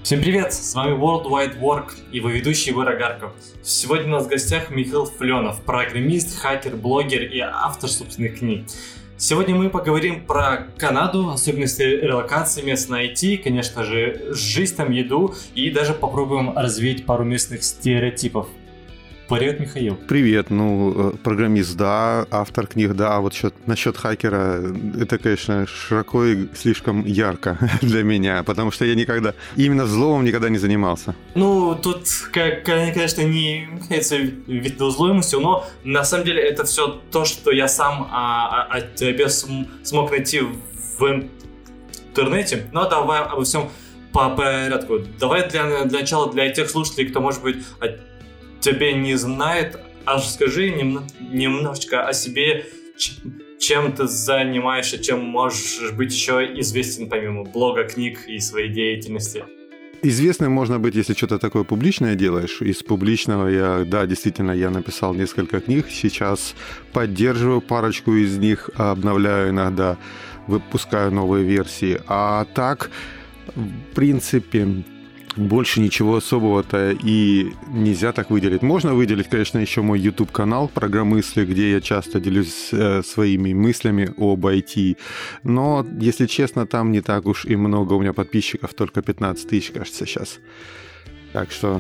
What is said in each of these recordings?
Всем привет, с вами World Wide Work и его ведущий Егор Агарков. Сегодня у нас в гостях Михаил Фленов, программист, хакер, блогер и автор собственных книг. Сегодня мы поговорим про Канаду, особенности релокации, местной IT, конечно же, жизнь там, еду и даже попробуем развеять пару местных стереотипов. Привет, Михаил. Привет, программист, да, автор книг, да, а вот насчет хакера, это, конечно, широко и слишком ярко для меня, потому что я именно взломом никогда не занимался. Тут, конечно, не является взломностью, но на самом деле это все то, что я сам от тебя смог найти в интернете. Но давай обо всем по порядку. Давай для начала, для тех слушателей, кто, может быть, тебя не знает, расскажи немножечко о себе, чем ты занимаешься, чем можешь быть еще известен помимо блога, книг и своей деятельности. Известным можно быть, если что-то такое публичное делаешь. Из публичного я написал несколько книг, сейчас поддерживаю парочку из них, обновляю иногда, выпускаю новые версии. А так, в принципе, больше ничего особого-то и нельзя так выделить. Можно выделить, конечно, еще мой YouTube-канал «Программысли», где я часто делюсь своими мыслями об IT. Но, если честно, там не так уж и много у меня подписчиков, только 15 тысяч, кажется, сейчас. Так что,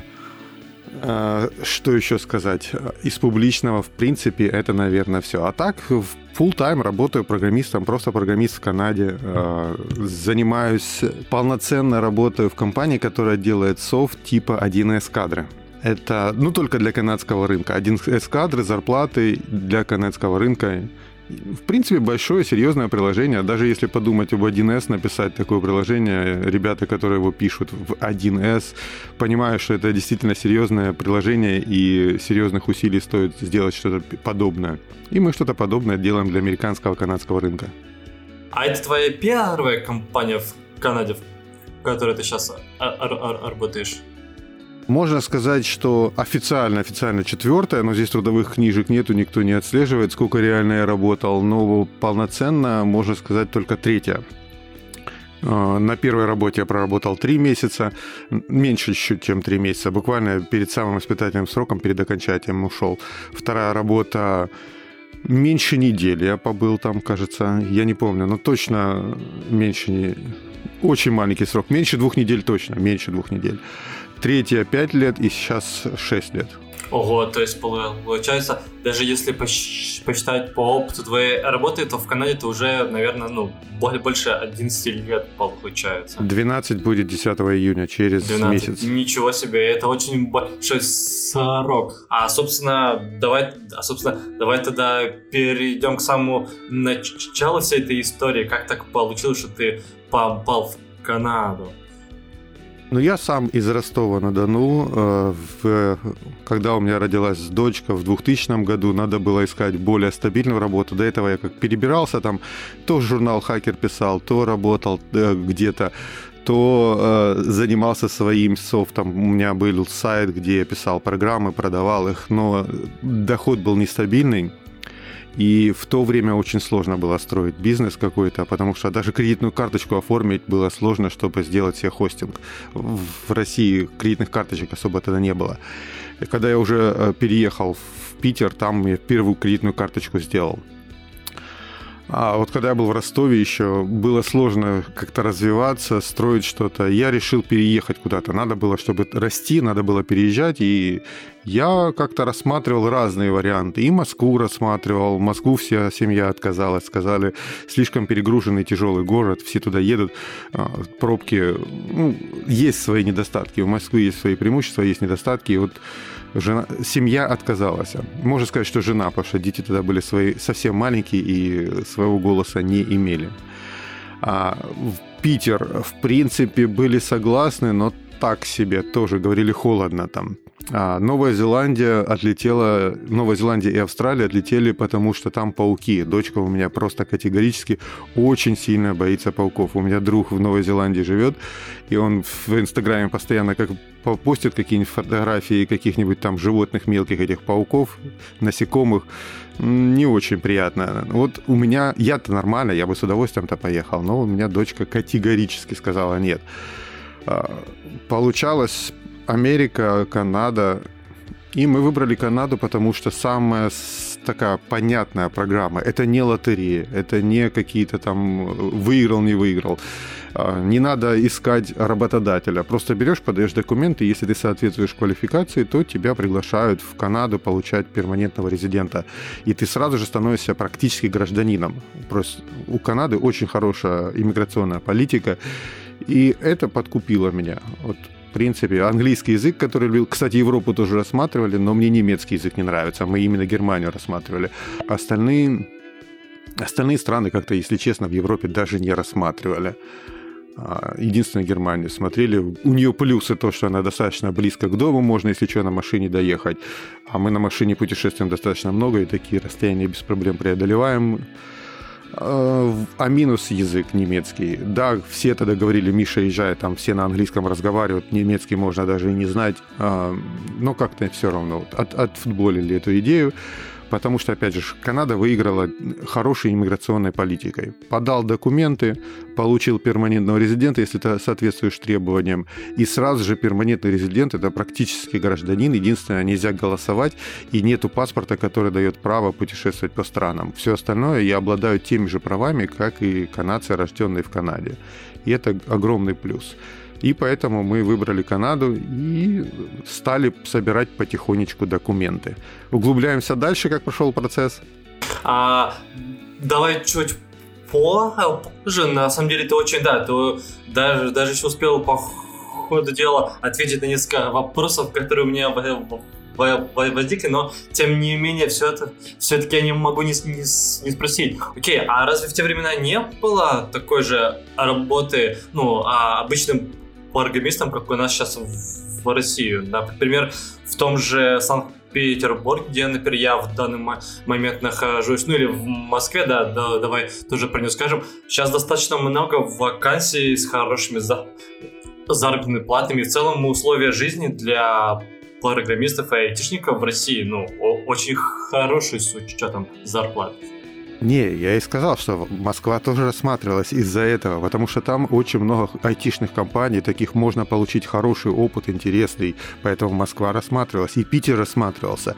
что еще сказать? Из публичного, в принципе, это, наверное, все. А так, full-time работаю программистом, просто программист в Канаде. Занимаюсь, полноценно работаю в компании, которая делает софт типа 1С кадры. Это, только для канадского рынка. 1С кадры, зарплаты для канадского рынка. В принципе, большое, серьезное приложение. Даже если подумать об 1С, написать такое приложение, ребята, которые его пишут в 1С, понимают, что это действительно серьезное приложение и серьезных усилий стоит сделать что-то подобное. И мы что-то подобное делаем для американского, канадского рынка. А это твоя первая компания в Канаде, в которой ты сейчас работаешь? Можно сказать, что официально четвертая, но здесь трудовых книжек нету, никто не отслеживает, сколько реально я работал, но полноценно, можно сказать, только третья. На первой работе я проработал 3 месяца, меньше чуть, чем 3 месяца, буквально перед самым испытательным сроком, перед окончанием ушел. Вторая работа меньше недели я побыл там, кажется, я не помню, но точно очень маленький срок, меньше 2 недель точно, меньше 2 недель. Третья 5 лет и сейчас 6 лет. Ого, то есть получается, даже если посчитать по опыту твоей работы, то в Канаде ты уже, наверное, больше 11 лет получается. 12 будет 10 июня, через 12. Месяц. Ничего себе, это очень большой срок. Собственно, давай тогда перейдем к самому началу всей этой истории. Как так получилось, что ты попал в Канаду? Я сам из Ростова-на-Дону. Когда у меня родилась дочка в 2000 году, надо было искать более стабильную работу. До этого я как перебирался, там то журнал «Хакер» писал, то работал где-то, то занимался своим софтом. У меня был сайт, где я писал программы, продавал их, но доход был нестабильный. И в то время очень сложно было строить бизнес какой-то, потому что даже кредитную карточку оформить было сложно, чтобы сделать себе хостинг. В России кредитных карточек особо тогда не было. И когда я уже переехал в Питер, там я первую кредитную карточку сделал. А вот когда я был в Ростове еще, было сложно как-то развиваться, строить что-то. Я решил переехать куда-то. Надо было, чтобы расти, надо было переезжать. И я как-то рассматривал разные варианты. И Москву рассматривал. В Москву вся семья отказалась. Сказали, слишком перегруженный, тяжелый город, все туда едут. Пробки, есть свои недостатки. У Москвы есть свои преимущества, есть недостатки. И вот семья отказалась. Можно сказать, что жена, потому что дети тогда были совсем маленькие и своего голоса не имели. В Питер, в принципе, были согласны, но так себе, тоже говорили холодно там. Новая Зеландия и Австралия отлетели, потому что там пауки. Дочка у меня просто категорически очень сильно боится пауков. У меня друг в Новой Зеландии живет, и он в Инстаграме постоянно постит какие-нибудь фотографии каких-нибудь там животных, мелких этих пауков, насекомых. Не очень приятно. Вот у меня, я-то нормально, я бы с удовольствием-то поехал, но у меня дочка категорически сказала нет. Получалось Америка, Канада. И мы выбрали Канаду, потому что самая такая понятная программа. Это не лотерея, это не какие-то там выиграл, не выиграл. Не надо искать работодателя. Просто берешь, подаешь документы, если ты соответствуешь квалификации, то тебя приглашают в Канаду получать перманентного резидента. И ты сразу же становишься практически гражданином. Просто у Канады очень хорошая иммиграционная политика, и это подкупило меня. Вот. В принципе, английский язык, который любил... Кстати, Европу тоже рассматривали, но мне немецкий язык не нравится. Мы именно Германию рассматривали. Остальные страны как-то, если честно, в Европе даже не рассматривали. Единственное, Германию смотрели. У нее плюсы то, что она достаточно близко к дому, можно, если что, на машине доехать. А мы на машине путешествуем достаточно много, и такие расстояния без проблем преодолеваем. А минус язык немецкий. Да, все тогда говорили, Миша, езжай, там все на английском разговаривают, немецкий можно даже и не знать, но как-то все равно отфутболили эту идею, потому что, опять же, Канада выиграла хорошей иммиграционной политикой. Подал документы, получил перманентного резидента, если ты соответствуешь требованиям, и сразу же перманентный резидент – это практически гражданин, единственное, нельзя голосовать, и нету паспорта, который дает право путешествовать по странам. Все остальное я обладаю теми же правами, как и канадцы, рожденные в Канаде. И это огромный плюс. И поэтому мы выбрали Канаду и стали собирать потихонечку документы. Углубляемся дальше, как прошел процесс? Давай чуть позже. На самом деле ты очень, ты даже еще успел по ходу дела ответить на несколько вопросов, которые у меня возникли, но тем не менее все-таки я не могу не спросить. Окей, а разве в те времена не было такой же работы, обычным программистом, как у нас сейчас в России? Например, в том же Санкт-Петербурге, где, например, я в данный момент нахожусь, или в Москве, давай тоже про нее скажем. Сейчас достаточно много вакансий с хорошими заработными платами. В целом условия жизни для программистов и айтишников в России, очень хорошие с учетом зарплат. Не, я и сказал, что Москва тоже рассматривалась из-за этого, потому что там очень много айтишных компаний, таких можно получить хороший опыт, интересный, поэтому Москва рассматривалась, и Питер рассматривался.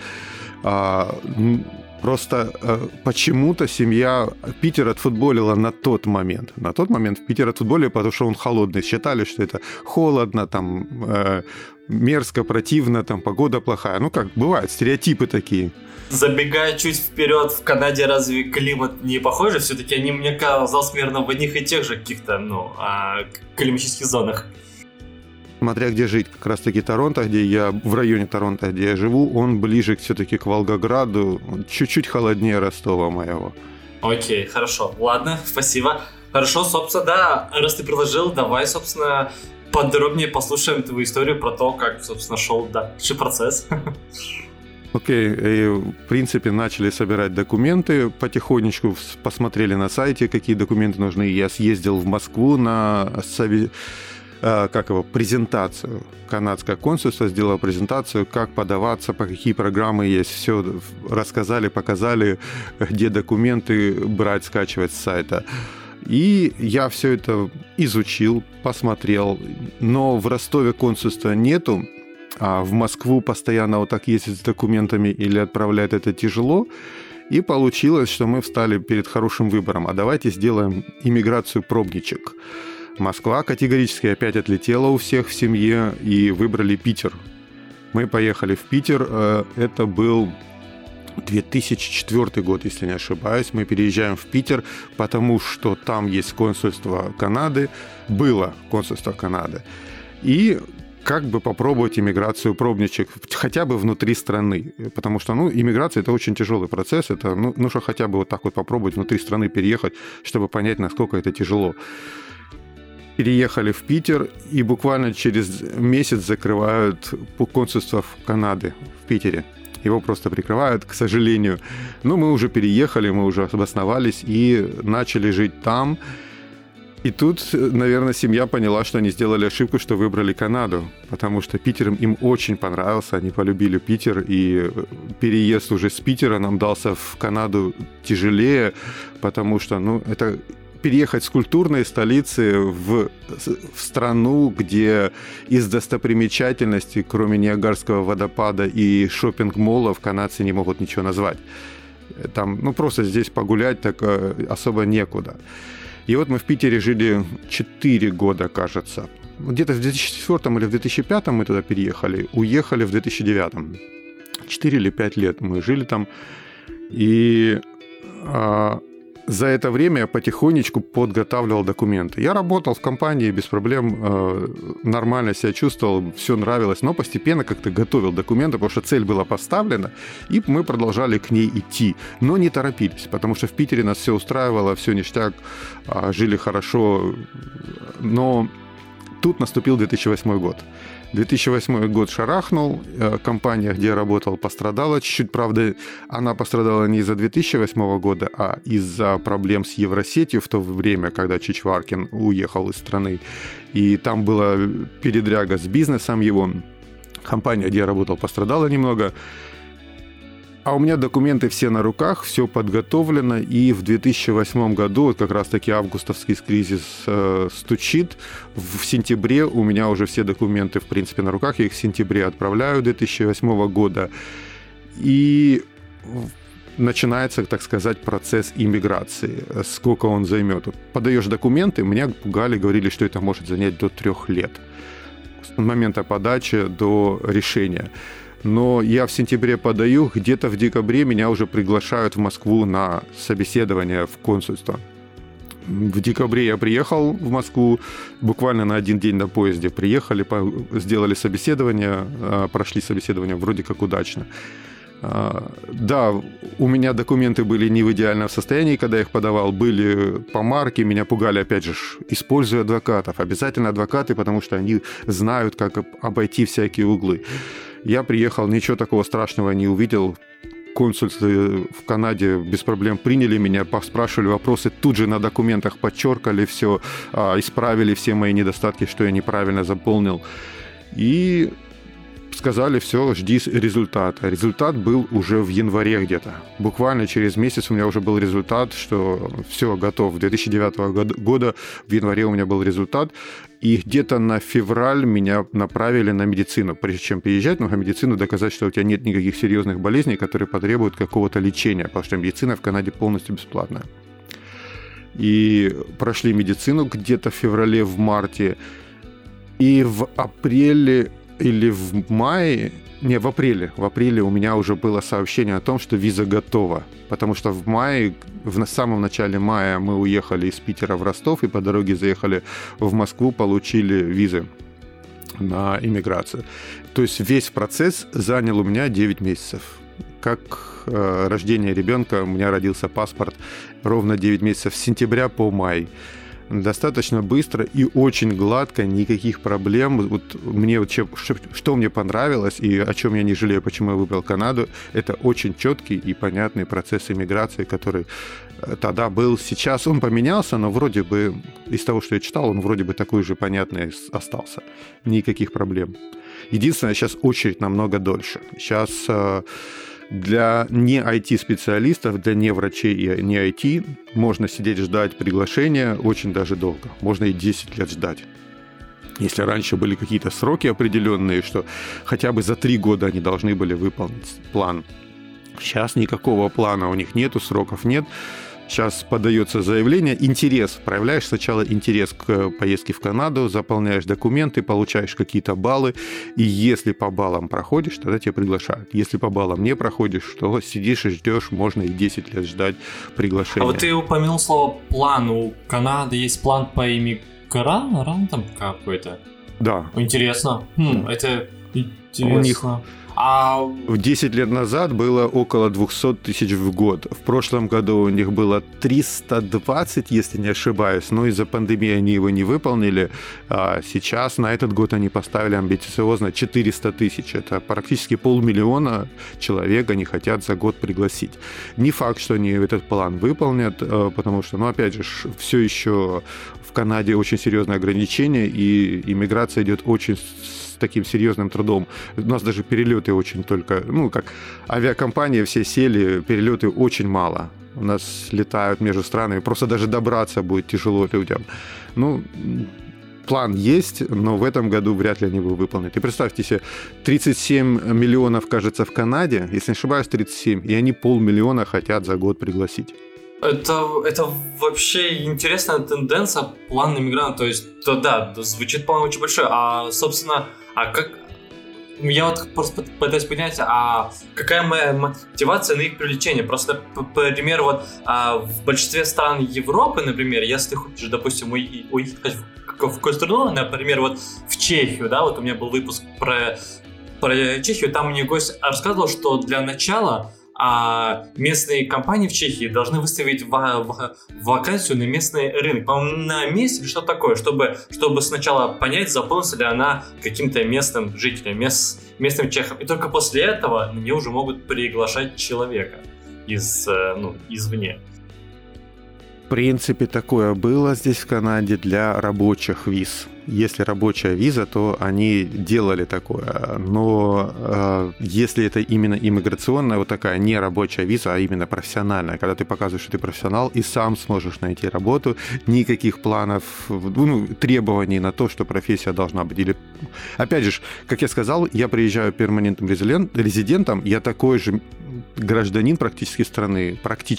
Просто почему-то семья Питера отфутболила на тот момент. На тот момент в Питер отфутболили, потому что он холодный. Считали, что это холодно, там мерзко, противно, там погода плохая. Как бывают, стереотипы такие. Забегая чуть вперед, в Канаде разве климат не похожий? Все-таки они, мне казалось, примерно в одних и тех же каких-то, климатических зонах. Смотря где жить, как раз-таки Торонто, в районе Торонто, где я живу, он ближе все-таки к Волгограду, чуть-чуть холоднее Ростова моего. Окей, хорошо, ладно, спасибо. Хорошо, собственно, раз ты предложил, давай, собственно, подробнее послушаем твою историю про то, как, собственно, шел дальше процесс. Окей, и в принципе начали собирать документы, потихонечку посмотрели на сайте, какие документы нужны. Я съездил в Москву на презентацию. Канадское консульство сделало презентацию, как подаваться, по какие программы есть. Все рассказали, показали, где документы брать, скачивать с сайта. И я все это изучил, посмотрел. Но в Ростове консульства нету, а в Москву постоянно вот так ездить с документами или отправлять это тяжело. И получилось, что мы встали перед хорошим выбором. А давайте сделаем иммиграцию пробничек. Москва категорически опять отлетела у всех в семье, и выбрали Питер. Мы поехали в Питер, это был 2004 год, если не ошибаюсь. Мы переезжаем в Питер, потому что там есть консульство Канады, было консульство Канады. И как бы попробовать иммиграцию пробничек хотя бы внутри страны, потому что, иммиграция – это очень тяжелый процесс, это, нужно хотя бы вот так вот попробовать внутри страны переехать, чтобы понять, насколько это тяжело. Переехали в Питер, и буквально через месяц закрывают консульство Канады в Питере. Его просто прикрывают, к сожалению. Но мы уже переехали, мы уже обосновались и начали жить там. И тут, наверное, семья поняла, что они сделали ошибку, что выбрали Канаду, потому что Питер им очень понравился, они полюбили Питер, и переезд уже с Питера нам дался в Канаду тяжелее, потому что, это переехать с культурной столицы в страну, где из достопримечательностей, кроме Ниагарского водопада и шопинг-моллов, канадцы не могут ничего назвать. Там, просто здесь погулять так особо некуда. И вот мы в Питере жили 4 года, кажется. Где-то в 2004 или в 2005 мы туда переехали, уехали в 2009. 4 или 5 лет мы жили там. И за это время я потихонечку подготавливал документы. Я работал в компании без проблем, нормально себя чувствовал, все нравилось, но постепенно как-то готовил документы, потому что цель была поставлена, и мы продолжали к ней идти, но не торопились, потому что в Питере нас все устраивало, все ништяк, жили хорошо, но тут наступил 2008 год. 2008 год шарахнул, компания, где я работал, пострадала чуть-чуть. Правда, она пострадала не из-за 2008 года, а из-за проблем с Евросетью в то время, когда Чичваркин уехал из страны. И там была передряга с бизнесом его. Компания, где я работал, пострадала немного. А у меня документы все на руках, все подготовлено, и в 2008 году, вот как раз-таки августовский кризис стучит, в сентябре у меня уже все документы, в принципе, на руках, я их в сентябре отправляю 2008 года, и начинается, так сказать, процесс иммиграции. Сколько он займет? Подаешь документы, меня пугали, говорили, что это может занять до 3 лет. С момента подачи до решения. Но я в сентябре подаю, где-то в декабре меня уже приглашают в Москву на собеседование в консульство. В декабре я приехал в Москву, буквально на 1 день на поезде приехали, сделали собеседование, прошли собеседование вроде как удачно. Да, у меня документы были не в идеальном состоянии, когда я их подавал, были помарки, меня пугали, опять же, используя адвокатов. Обязательно адвокаты, потому что они знают, как обойти всякие углы. Я приехал, ничего такого страшного не увидел. Консульы в Канаде без проблем приняли меня, спрашивали вопросы, тут же на документах подчеркали все, исправили все мои недостатки, что я неправильно заполнил. И сказали, все, жди результата. Результат был уже в январе где-то. Буквально через месяц у меня уже был результат, что все, готов. 2009 года в январе у меня был результат. И где-то на февраль меня направили на медицину. Прежде чем приезжать, нужно медицину доказать, что у тебя нет никаких серьезных болезней, которые потребуют какого-то лечения, потому что медицина в Канаде полностью бесплатная. И прошли медицину где-то в феврале, в марте. И в апреле или в мае, в апреле у меня уже было сообщение о том, что виза готова. Потому что в мае, в самом начале мая мы уехали из Питера в Ростов и по дороге заехали в Москву, получили визы на иммиграцию. То есть весь процесс занял у меня 9 месяцев. Как рождение ребенка, у меня родился паспорт ровно 9 месяцев с сентября по май. Достаточно быстро и очень гладко, никаких проблем. Что мне понравилось и о чем я не жалею, почему я выбрал Канаду, это очень четкий и понятный процесс иммиграции, который тогда был. Сейчас он поменялся, но вроде бы из того, что я читал, он вроде бы такой же понятный остался. Никаких проблем. Единственное, сейчас очередь намного дольше. Сейчас для не IT-специалистов, для не врачей и не IT можно сидеть ждать приглашения очень даже долго. Можно и 10 лет ждать. Если раньше были какие-то сроки определенные, что хотя бы за 3 года они должны были выполнить план. Сейчас никакого плана у них нету, сроков нет. Сейчас подается заявление, проявляешь сначала интерес к поездке в Канаду, заполняешь документы, получаешь какие-то баллы, и если по баллам проходишь, тогда тебя приглашают. Если по баллам не проходишь, то сидишь и ждешь, можно и 10 лет ждать приглашения. А вот ты упомянул слово «план». У Канады есть план по иммигрантам какой-то? Да. Интересно. Это интересно. У них 10 лет назад было около 200 тысяч в год. В прошлом году у них было 320, если не ошибаюсь, но из-за пандемии они его не выполнили. А сейчас на этот год они поставили амбициозно 400 тысяч. Это практически 500 000 человек они хотят за год пригласить. Не факт, что они этот план выполнят, потому что, опять же, все еще в Канаде очень серьезные ограничения, и иммиграция идет очень с таким серьезным трудом. У нас даже перелеты очень только, как авиакомпании все сели, перелеты очень мало. у нас летают между странами, просто даже добраться будет тяжело людям. Ну, план есть, но в этом году вряд ли они будут выполнены. И представьте себе, 37 миллионов, кажется, в Канаде, если не ошибаюсь, 37, и они 500 000 хотят за год пригласить. Это вообще интересная тенденция, план иммигранта, то есть, да, звучит план очень большой, а, собственно, как... Я вот просто пытаюсь понять, а какая мотивация на их привлечение? Просто, например, вот в большинстве стран Европы, например, если хочешь, допустим, уехать в какую страну, например, вот в Чехию, да, вот у меня был выпуск про Чехию, там мне гость рассказывал, что для начала местные компании в Чехии должны выставить вакансию на местный рынок, по-моему, на месте или что-то такое, чтобы сначала понять, заполнится ли она каким-то местным жителем, местным чехом. И только после этого на нее уже могут приглашать человека извне. В принципе, такое было здесь в Канаде для рабочих виз. Если рабочая виза, то они делали такое. Но если это именно иммиграционная, вот такая не рабочая виза, а именно профессиональная, когда ты показываешь, что ты профессионал и сам сможешь найти работу, никаких планов, требований на то, что профессия должна быть. Или, опять же, как я сказал, я приезжаю перманентным резидентом, я такой же гражданин практически страны,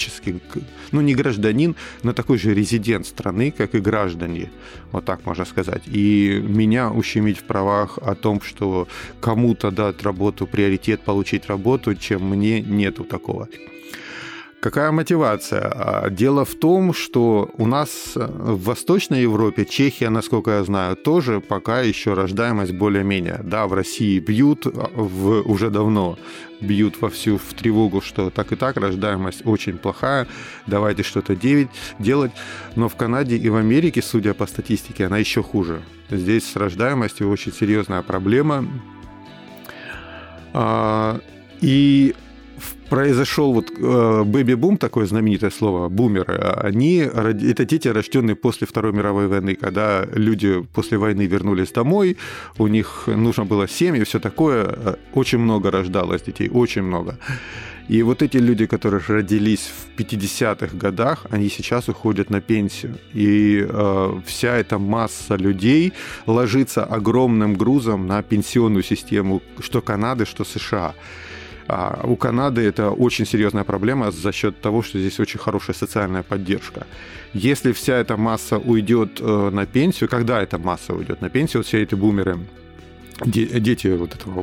не гражданин, но такой же резидент страны, как и граждане, вот так можно сказать. И меня ущемить в правах о том, что кому-то дать работу, приоритет получить работу, чем мне, нету такого. Какая мотивация? Дело в том, что у нас в Восточной Европе, Чехия, насколько я знаю, тоже пока еще рождаемость более-менее. Да, в России бьют уже давно, бьют вовсю в тревогу, что так и так рождаемость очень плохая, давайте что-то делать. Но в Канаде и в Америке, судя по статистике, она еще хуже. Здесь с рождаемостью очень серьезная проблема. И произошел бэби-бум, такое знаменитое слово, бумеры. Это дети, рожденные после Второй мировой войны, когда люди после войны вернулись домой, у них нужно было семьи и все такое. Очень много рождалось детей, очень много. И вот эти люди, которые родились в 50-х годах, они сейчас уходят на пенсию. И вся эта масса людей ложится огромным грузом на пенсионную систему, что Канады, что США. У Канады это очень серьезная проблема за счет того, что здесь очень хорошая социальная поддержка. Если вся эта масса уйдет на пенсию, когда эта масса уйдет на пенсию, вот все эти бумеры, дети вот этого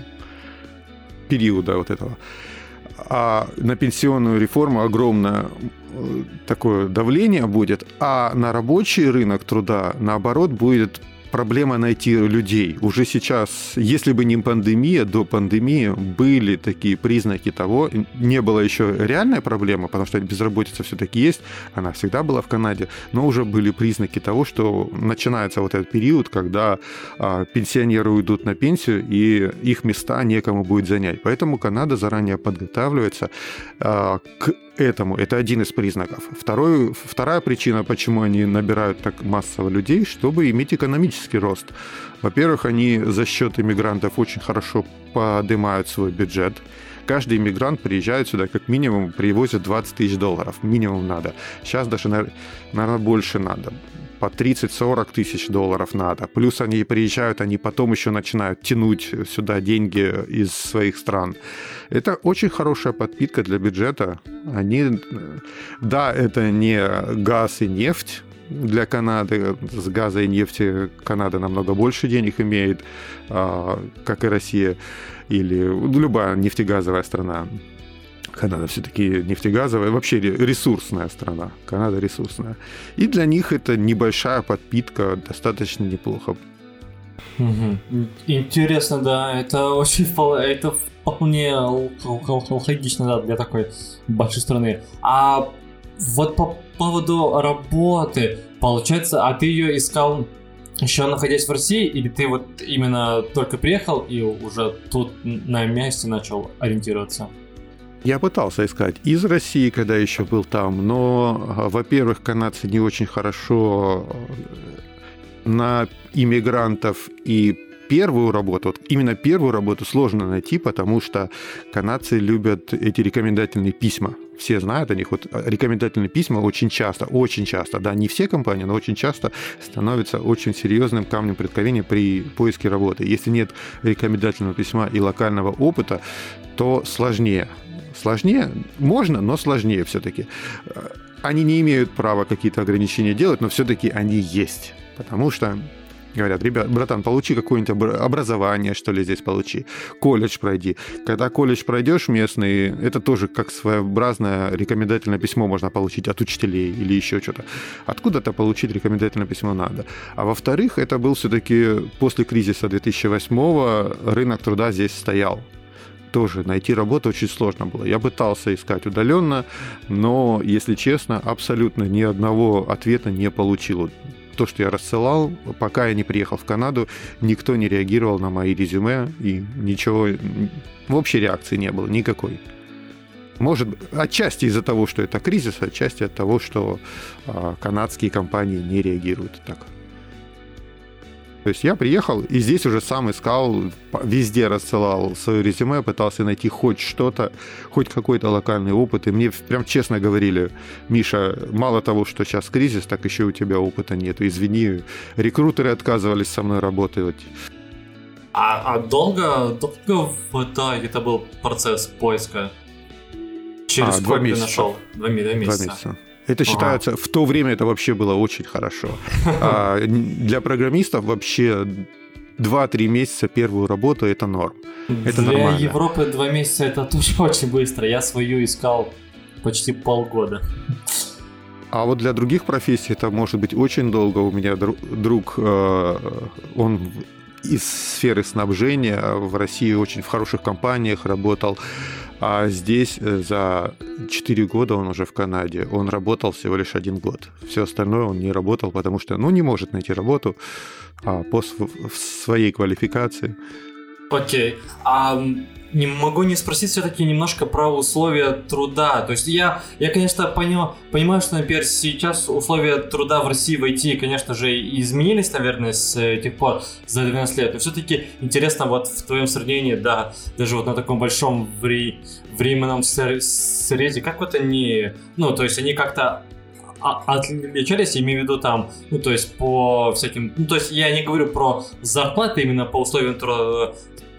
бум-периода вот этого, а на пенсионную реформу огромное такое давление будет, а на рабочий рынок труда, наоборот, будет проблема найти людей. Уже сейчас, если бы не пандемия, до пандемии были такие признаки того, не было еще реальная проблема, потому что безработица все-таки есть, она всегда была в Канаде, но уже были признаки того, что начинается вот этот период, когда пенсионеры уйдут на пенсию, и их места некому будет занять. Поэтому Канада заранее подготавливается к этому. Это один из признаков. Вторая причина, почему они набирают так массово людей, чтобы иметь экономический рост. Во-первых, они за счет иммигрантов очень хорошо поднимают свой бюджет. Каждый иммигрант приезжает сюда, как минимум, привозит $20 000. Минимум надо. Сейчас даже, наверное, больше надо. По 30-40 тысяч долларов надо. Плюс они приезжают, они потом еще начинают тянуть сюда деньги из своих стран. Это очень хорошая подпитка для бюджета. Да, это не газ и нефть для Канады. С газа и нефти Канада намного больше денег имеет, как и Россия или любая нефтегазовая страна. Канада все-таки нефтегазовая, вообще ресурсная страна. Канада ресурсная. И для них это небольшая подпитка, достаточно неплохо. Угу. Интересно, да, это вполне логично, да, для такой большой страны. А вот по поводу работы, получается, а ты ее искал еще находясь в России, или ты вот именно только приехал и уже тут на месте начал ориентироваться? Я пытался искать из России, когда еще был там, но, во-первых, канадцы не очень хорошо на иммигрантов и первую работу, вот именно первую работу сложно найти, потому что канадцы любят эти рекомендательные письма. Все знают о них. Вот рекомендательные письма очень часто, да, не все компании, но очень часто становятся очень серьезным камнем преткновения при поиске работы. Если нет рекомендательного письма и локального опыта, то сложнее. Сложнее можно, но сложнее все-таки. Они не имеют права какие-то ограничения делать, но все-таки они есть. Потому что говорят: ребят, братан, получи какое-нибудь образование, что ли, здесь получи. Колледж пройди. Когда колледж пройдешь местный, это тоже как своеобразное рекомендательное письмо можно получить от учителей или еще что-то. Откуда-то получить рекомендательное письмо надо. А во-вторых, это был все-таки после кризиса 2008-го рынок труда здесь стоял. Тоже найти работу очень сложно было. Я пытался искать удаленно, но, если честно, абсолютно ни одного ответа не получил. То, что я рассылал, пока я не приехал в Канаду, никто не реагировал на мои резюме, и ничего, вообще реакции не было никакой. Может, отчасти из-за того, что это кризис, отчасти от того, что канадские компании не реагируют так. То есть я приехал, и здесь уже сам искал, везде рассылал свое резюме, пытался найти хоть что-то, хоть какой-то локальный опыт. И мне прям честно говорили: Миша, мало того, что сейчас кризис, так еще у тебя опыта нет. Извини, рекрутеры отказывались со мной работать. А долго в итоге это был процесс поиска? Через сколько ты нашел? 2 месяца. Это считается, в то время это вообще было очень хорошо. Для программистов вообще 2-3 месяца первую работу — это норм. Это для нормально. Европы 2 месяца это тоже очень быстро. Я свою искал почти полгода. А вот для других профессий это может быть очень долго. У меня друг, он из сферы снабжения в России очень в хороших компаниях работал. А здесь за 4 года он уже в Канаде. Он работал всего лишь 1 год. Все остальное он не работал, потому что не может найти работу по своей квалификации. Окей. Не могу не спросить все-таки немножко про условия труда. То есть я конечно, понимаю, что, например, сейчас условия труда в России в IT, конечно же, изменились, наверное, с тех пор за 12 лет. Но все-таки интересно вот в твоем сравнении, да, даже вот на таком большом временном срезе, как вот они, то есть они как-то отличались, я имею в виду там, то есть по всяким, то есть я не говорю про зарплаты именно по условиям труда,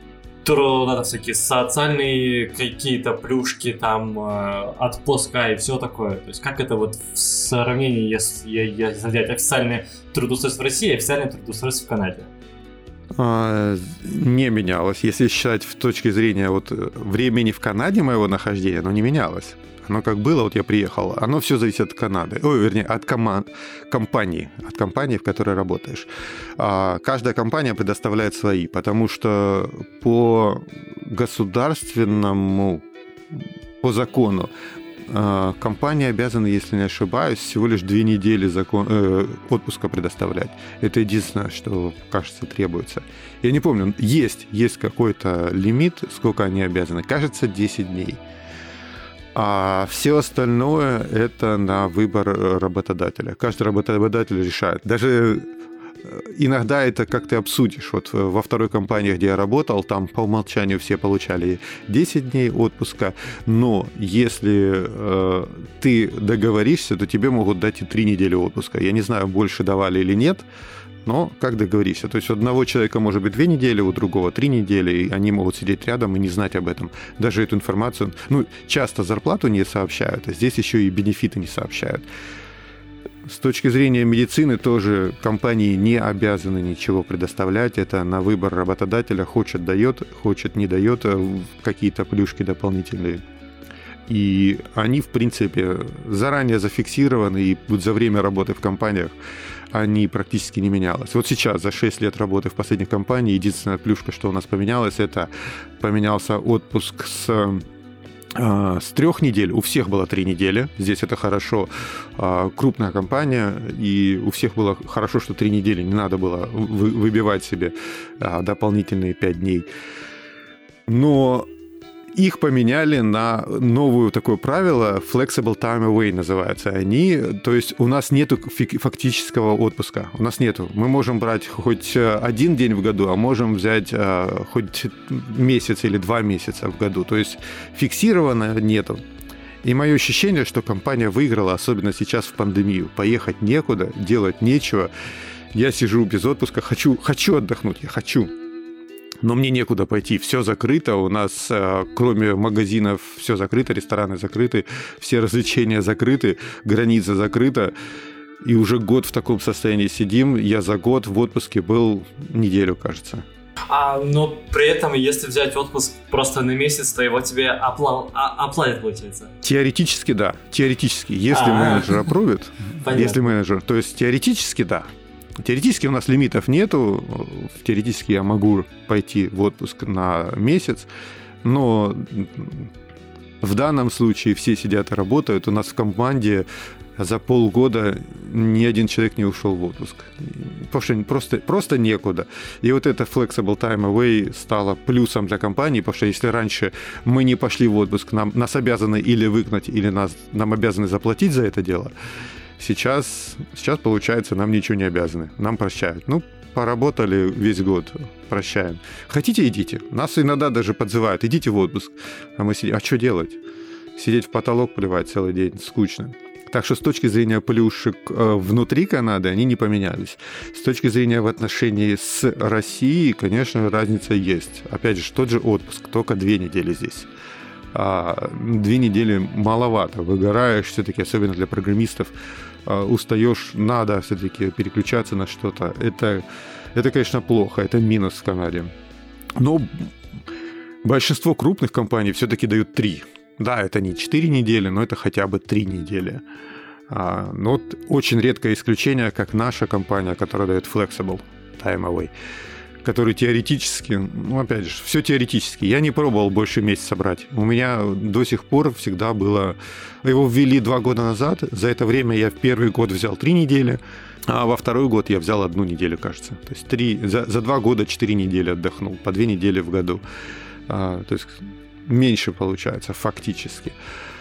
всякие социальные какие-то плюшки, там, отпуска и все такое. То есть как это вот в сравнении, если взять официальное трудоустройство в России и официальное трудоустройство в Канаде? Не менялось. Если считать в точке зрения времени в Канаде моего нахождения, оно не менялось. Оно как было, я приехал, оно все зависит от Канады. От компании, в которой работаешь. Каждая компания предоставляет свои, потому что по государственному, по закону, компания обязана, если не ошибаюсь, всего лишь 2 недели отпуска предоставлять. Это единственное, что, кажется, требуется. Я не помню, есть какой-то лимит, сколько они обязаны. Кажется, 10 дней. А все остальное – это на выбор работодателя. Каждый работодатель решает. Даже иногда это как ты обсудишь. Вот во второй компании, где я работал, там по умолчанию все получали 10 дней отпуска, но если ты договоришься, то тебе могут дать и 3 недели отпуска. Я не знаю, больше давали или нет, но как договоришься. То есть у одного человека может быть 2 недели, у другого 3 недели, и они могут сидеть рядом и не знать об этом. Даже эту информацию... часто зарплату не сообщают, а здесь еще и бенефиты не сообщают. С точки зрения медицины тоже компании не обязаны ничего предоставлять. Это на выбор работодателя. Хочет – дает, хочет – не дает какие-то плюшки дополнительные. И они, в принципе, заранее зафиксированы, и за время работы в компаниях они практически не менялось. Вот сейчас, за 6 лет работы в последней компании, единственная плюшка, что у нас поменялось, это поменялся отпуск с 3 недель. У всех было 3 недели. Здесь это хорошо. Крупная компания, и у всех было хорошо, что 3 недели. Не надо было выбивать себе дополнительные 5 дней. Но их поменяли на новое такое правило, flexible time away называется. То есть у нас нету фактического отпуска. У нас нету. Мы можем брать хоть один день в году, а можем взять хоть месяц или 2 месяца в году. То есть фиксированно нету. И мое ощущение, что компания выиграла, особенно сейчас в пандемию. Поехать некуда, делать нечего. Я сижу без отпуска, хочу отдохнуть, я хочу. Но мне некуда пойти, все закрыто, у нас кроме магазинов все закрыто, рестораны закрыты, все развлечения закрыты, граница закрыта, и уже год в таком состоянии сидим. Я за год в отпуске был неделю, кажется. Но при этом, если взять отпуск просто на месяц, то его тебе оплатят, получается? Теоретически, да. Теоретически. Если менеджер апрувит, то есть теоретически, да. Теоретически у нас лимитов нету. Теоретически я могу пойти в отпуск на месяц, но в данном случае все сидят и работают. У нас в команде за полгода ни один человек не ушел в отпуск. Потому что просто некуда. И вот это flexible time away стало плюсом для компании, потому что если раньше мы не пошли в отпуск, нас обязаны или выгнать, или нам обязаны заплатить за это дело, сейчас, получается, нам ничего не обязаны. Нам прощают. Поработали весь год, прощаем. Хотите, идите. Нас иногда даже подзывают. Идите в отпуск. А мы сидим. А что делать? Сидеть в потолок плевать целый день. Скучно. Так что с точки зрения плюшек внутри Канады они не поменялись. С точки зрения в отношении с Россией, конечно, разница есть. Опять же, тот же отпуск, только 2 недели здесь. 2 недели маловато. Выгораешь все-таки, особенно для программистов. Устаешь, надо все-таки переключаться на что-то. Это, конечно, плохо, это минус в Канаде. Но большинство крупных компаний все-таки дают 3. Да, это не 4 недели, но это хотя бы 3 недели. Но вот очень редкое исключение, как наша компания, которая дает flexible time away, который теоретически, опять же, все теоретически. Я не пробовал больше месяца брать. У меня до сих пор всегда было... Его ввели 2 года назад. За это время я в первый год взял 3 недели, а во второй год я взял 1 неделю, кажется. То есть за 2 года 4 недели отдохнул, по 2 недели в году. То есть меньше получается фактически.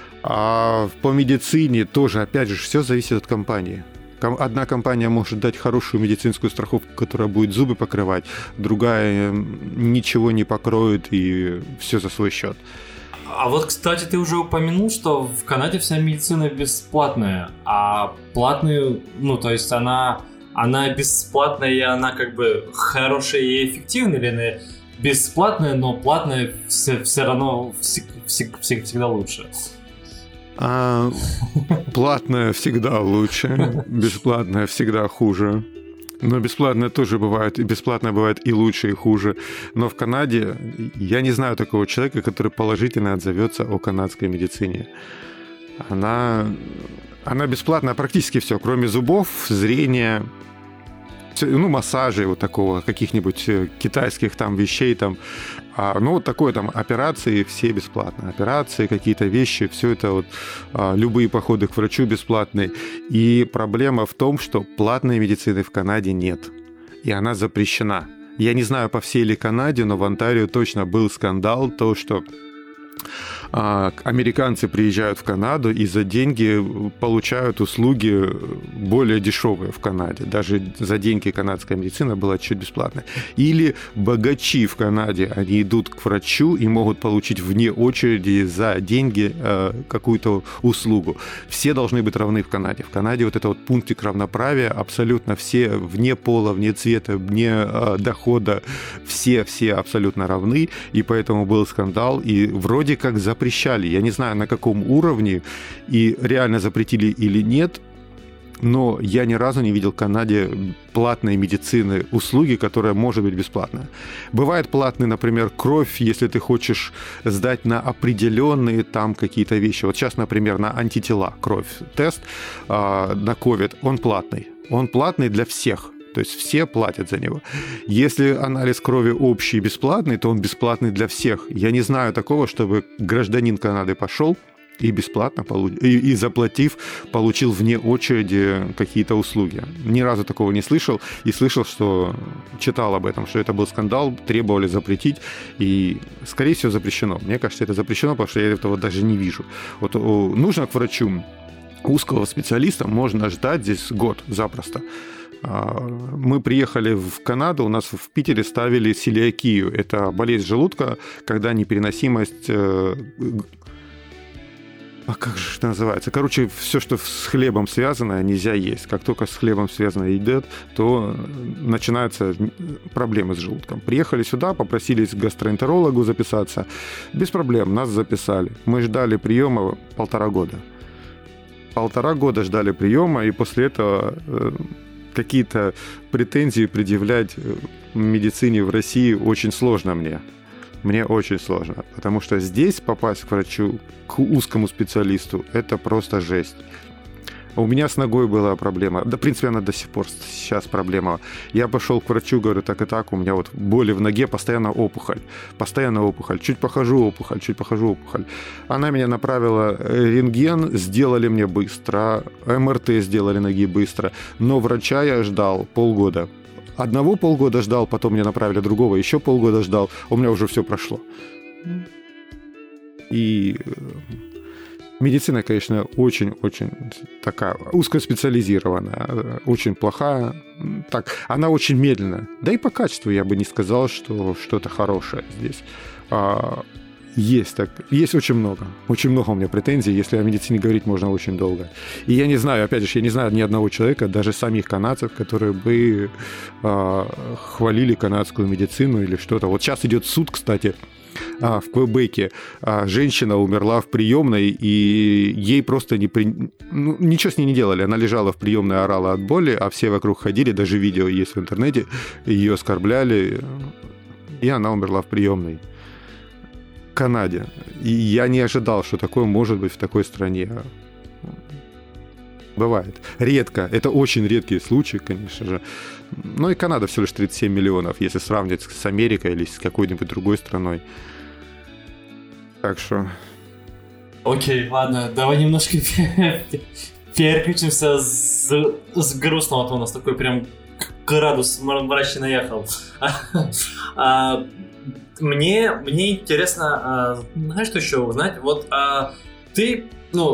А по медицине тоже, опять же, все зависит от компании. Одна компания может дать хорошую медицинскую страховку, которая будет зубы покрывать, другая ничего не покроет и все за свой счет. А вот, кстати, ты уже упомянул, что в Канаде вся медицина бесплатная, а платную, то есть она бесплатная, и она как бы хорошая и эффективная, или она бесплатная, но платная все равно всегда лучше? Платная всегда лучше, бесплатная всегда хуже. Но бесплатное тоже бывает, и бесплатное бывает и лучше, и хуже. Но в Канаде я не знаю такого человека, который положительно отзовется о канадской медицине. Она бесплатная практически все, кроме зубов, зрения, массажей вот такого, каких-нибудь китайских там вещей там. Вот такое там операции все бесплатно. Операции, какие-то вещи, все это вот, любые походы к врачу бесплатные. И проблема в том, что платной медицины в Канаде нет. И она запрещена. Я не знаю, по всей ли Канаде, но в Онтарио точно был скандал, то, что американцы приезжают в Канаду и за деньги получают услуги более дешевые в Канаде. Даже за деньги канадская медицина была чуть бесплатная. Или богачи в Канаде, они идут к врачу и могут получить вне очереди за деньги какую-то услугу. Все должны быть равны в Канаде. В Канаде вот это вот пунктик равноправия, абсолютно все вне пола, вне цвета, вне дохода, все абсолютно равны. И поэтому был скандал. И вроде как запрещали. Я не знаю, на каком уровне и реально запретили или нет, но я ни разу не видел в Канаде платной медицины, услуги, которая может быть бесплатная. Бывает платный, например, кровь, если ты хочешь сдать на определенные там какие-то вещи. Вот сейчас, например, на антитела кровь, тест на COVID, он платный. Он платный для всех. То есть все платят за него. Если анализ крови общий и бесплатный, то он бесплатный для всех. Я не знаю такого, чтобы гражданин Канады пошел и бесплатно, и заплатив, получил вне очереди какие-то услуги. Ни разу такого не слышал. И слышал, что читал об этом, что это был скандал, требовали запретить. И, скорее всего, запрещено. Мне кажется, это запрещено, потому что я этого даже не вижу. Вот нужно к врачу узкого специалиста можно ждать здесь год запросто. Мы приехали в Канаду, у нас в Питере ставили целиакию. Это болезнь желудка, когда непереносимость... как же это называется? Короче, все, что с хлебом связано, нельзя есть. Как только с хлебом связано едят, то начинаются проблемы с желудком. Приехали сюда, попросились к гастроэнтерологу записаться. Без проблем, нас записали. Мы ждали приема 1,5 года. 1,5 года ждали приема, и после этого какие-то претензии предъявлять медицине в России очень сложно мне. Мне очень сложно, потому что здесь попасть к врачу, к узкому специалисту, это просто жесть. У меня с ногой была проблема. Да, в принципе, она до сих пор сейчас проблема. Я пошел к врачу, говорю, так и так, у меня вот боли в ноге, постоянно опухоль. Чуть похожу, опухоль. Она меня направила рентген, сделали мне быстро, МРТ сделали ноги быстро, но врача я ждал полгода. Одного полгода ждал, потом мне направили другого, еще полгода ждал, у меня уже все прошло. И медицина, конечно, очень-очень такая узкоспециализированная, очень плохая. Так, она очень медленная. Да и по качеству я бы не сказал, что что-то хорошее здесь. Есть очень много. Очень много у меня претензий. Если о медицине говорить, можно очень долго. И я не знаю, опять же, я не знаю ни одного человека, даже самих канадцев, которые бы хвалили канадскую медицину или что-то. Вот сейчас идет суд, кстати, в Квебеке. Женщина умерла в приемной, и ей просто ничего с ней не делали. Она лежала в приемной, орала от боли, а все вокруг ходили, даже видео есть в интернете, ее оскорбляли, и она умерла в приемной. Канаде. И я не ожидал, что такое может быть в такой стране. Бывает. Редко. Это очень редкие случаи, конечно же. Но и Канада всего лишь 37 миллионов, если сравнивать с Америкой или с какой-нибудь другой страной. Так что... Окей, ладно, давай немножко переключимся с грустного, а то у нас такой прям градус мрачный наехал. Мне интересно, знаешь, что еще узнать? Вот ты,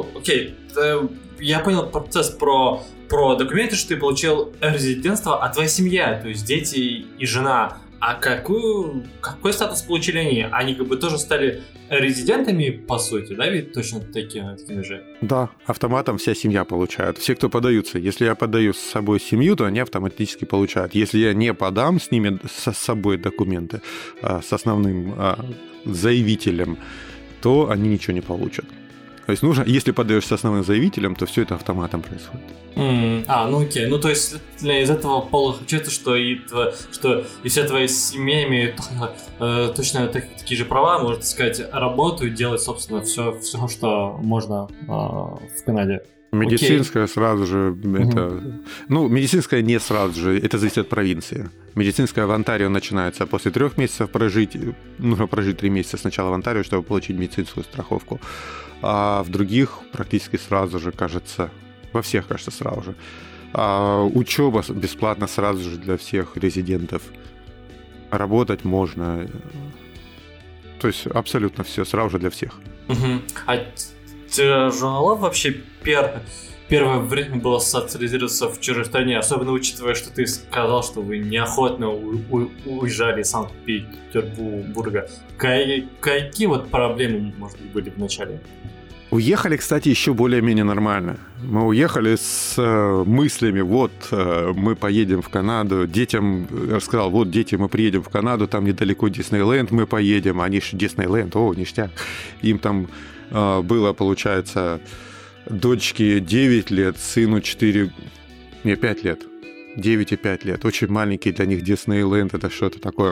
я понял процесс про документы, что ты получил резидентство, а твоя семья, то есть дети и жена, а какой статус получили они? Они как бы тоже стали резидентами, по сути, да, ведь точно такими же? Да, автоматом вся семья получает. Все, кто подаются. Если я подаю с собой семью, то они автоматически получают. Если я не подам с ними с собой документы, с основным заявителем, то они ничего не получат. То есть нужно, если подаешь с основным заявителем, то все это автоматом происходит. Окей. Ну, то есть из этого получается, что и вся твоя семья имеет точно такие же права, можно сказать, работу и делать, собственно, все, что можно в Канаде. Медицинская сразу же, медицинская не сразу же, это зависит от провинции. Медицинская в Онтарио начинается после 3 месяцев нужно прожить 3 месяца сначала в Онтарио, чтобы получить медицинскую страховку. А в других практически сразу же, кажется, во всех, кажется, сразу же. Учеба бесплатно сразу же для всех резидентов. Работать можно. То есть абсолютно все сразу же для всех. А тяжело вообще первое время было социализироваться в чужой стране, особенно учитывая, что ты сказал, что вы неохотно уезжали из Санкт-Петербурга. Какие вот проблемы, может быть, были в начале? Уехали, кстати, еще более-менее нормально. Мы уехали с мыслями, мы поедем в Канаду. Детям рассказал, дети, мы приедем в Канаду, там недалеко Диснейленд, мы поедем. Они же Диснейленд, ништяк. Им там было, получается, дочке 9 лет, сыну 5 лет. 9 и 5 лет. Очень маленький для них Диснейленд, это что-то такое.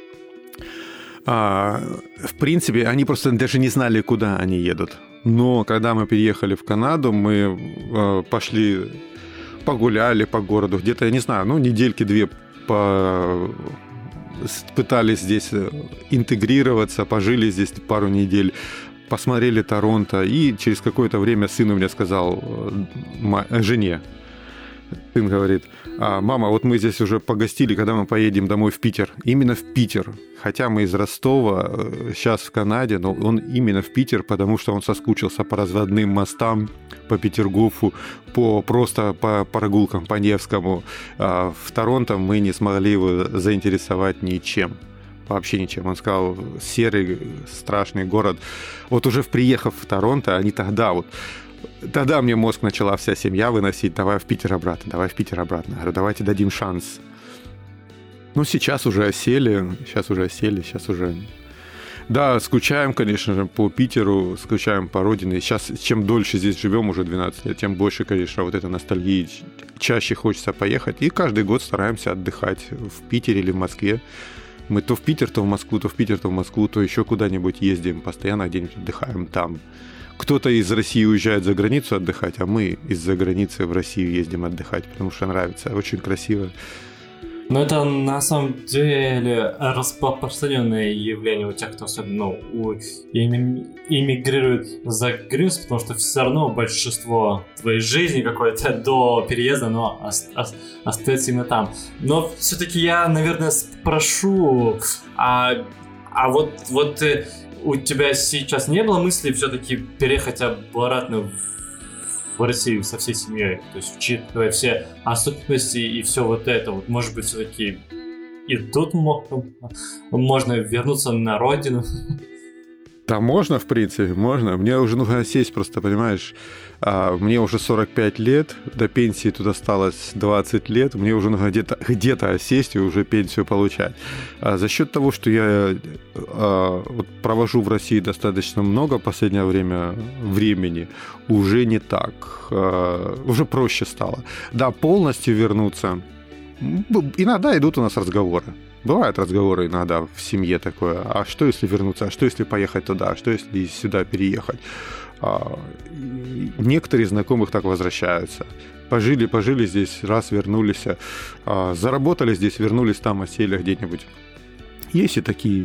В принципе, они просто даже не знали, куда они едут. Но когда мы переехали в Канаду, мы пошли, погуляли по городу, где-то, я не знаю, недельки-2 пытались здесь интегрироваться, пожили здесь пару недель, посмотрели Торонто, и через какое-то время сын у меня сказал жене, сын говорит: мама, вот мы здесь уже погостили, когда мы поедем домой в Питер? Именно в Питер. Хотя мы из Ростова, сейчас в Канаде, но он именно в Питер, потому что он соскучился по разводным мостам, по Петергофу, просто по прогулкам по Невскому. В Торонто мы не смогли его заинтересовать ничем. Вообще ничем. Он сказал: серый, страшный город. Вот уже приехав в Торонто, они тогда мне мозг начала вся семья выносить: давай в Питер обратно, давай в Питер обратно. Я говорю: давайте дадим шанс. Ну, сейчас уже осели. Да, скучаем, конечно же, по Питеру, скучаем по родине. Сейчас, чем дольше здесь живем, уже 12 лет, тем больше, конечно, вот этой ностальгии. Чаще хочется поехать. И каждый год стараемся отдыхать в Питере или в Москве. Мы то в Питер, то в Москву, то в Питер, то в Москву, то еще куда-нибудь ездим. Постоянно где-нибудь отдыхаем там. Кто-то из России уезжает за границу отдыхать, а мы из-за границы в Россию ездим отдыхать, потому что нравится, очень красиво. Но это на самом деле распространенное явление у тех, кто особенно иммигрирует за границу, потому что все равно большинство твоей жизни какой-то до переезда, оно остается именно там. Но все-таки я, наверное, спрошу, вот у тебя сейчас не было мысли все-таки переехать обратно в Россию со всей семьей, то есть учитывая все особенности и все вот это, вот, может быть, все-таки и тут можно вернуться на родину? Да, можно, в принципе, можно. Мне уже нужно сесть просто, понимаешь, мне уже 45 лет, до пенсии тут осталось 20 лет, мне уже нужно где-то сесть и уже пенсию получать. За счет того, что я провожу в России достаточно много в последнее времени, уже не так, уже проще стало. Да, полностью вернуться, иногда идут у нас разговоры. Бывают разговоры иногда в семье такое: а что если вернуться, а что если поехать туда, а что если сюда переехать? Некоторые знакомых так возвращаются. Пожили здесь, раз вернулись, заработали здесь, вернулись там, осели где-нибудь. Есть и такие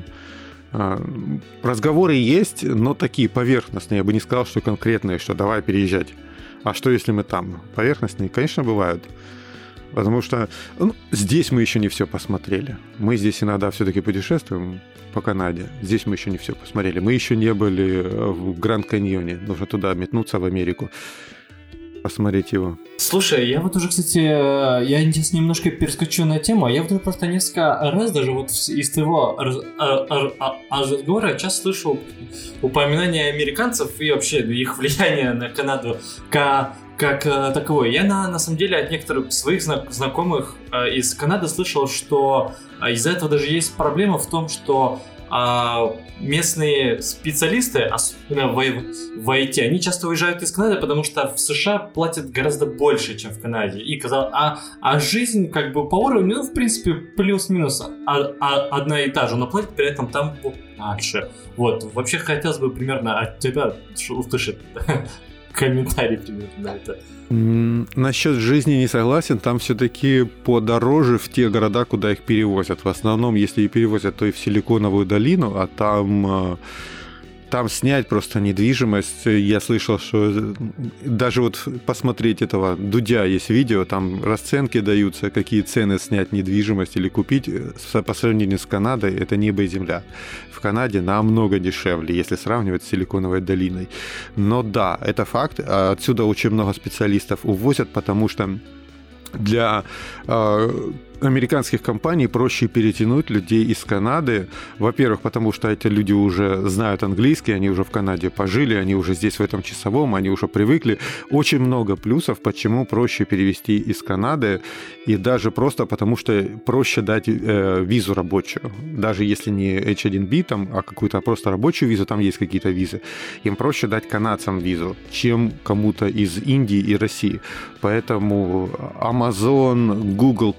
разговоры есть, но такие поверхностные. Я бы не сказал, что конкретные, что давай переезжать. А что если мы там? Поверхностные, конечно, бывают. Потому что здесь мы еще не все посмотрели. Мы здесь иногда все-таки путешествуем по Канаде. Здесь мы еще не все посмотрели. Мы еще не были в Гранд-Каньоне. Нужно туда метнуться, в Америку, посмотреть его. Слушай, я вот уже, кстати, я здесь немножко перескочу на тему. Я вот просто несколько раз даже вот из твоего разговора часто слышу упоминания американцев и вообще их влияние на Канаду как таковой. Я на самом деле от некоторых своих знакомых из Канады слышал, что из-за этого даже есть проблема в том, что местные специалисты, особенно в IT, они часто уезжают из Канады, потому что в США платят гораздо больше, чем в Канаде. И жизнь как бы по уровню, в принципе, плюс-минус одна и та же, но платят при этом там больше. Вот, вообще хотелось бы примерно от тебя услышать комментарий примерно на это. Насчет жизни не согласен. Там все-таки подороже в те города, куда их перевозят. В основном, если и перевозят, то и в Силиконовую долину, а там снять просто недвижимость. Я слышал, что даже вот посмотреть этого Дудя есть видео, там расценки даются, какие цены снять недвижимость или купить по сравнению с Канадой, это небо и земля. В Канаде намного дешевле, если сравнивать с Силиконовой долиной. Но да, это факт. Отсюда очень много специалистов увозят, потому что для американских компаний проще перетянуть людей из Канады. Во-первых, потому что эти люди уже знают английский, они уже в Канаде пожили, они уже здесь в этом часовом, они уже привыкли. Очень много плюсов, почему проще перевести из Канады, и даже просто потому, что проще дать визу рабочую. Даже если не H1B, там, а какую-то просто рабочую визу, там есть какие-то визы, им проще дать канадцам визу, чем кому-то из Индии и России. Поэтому Amazon, Google постоянно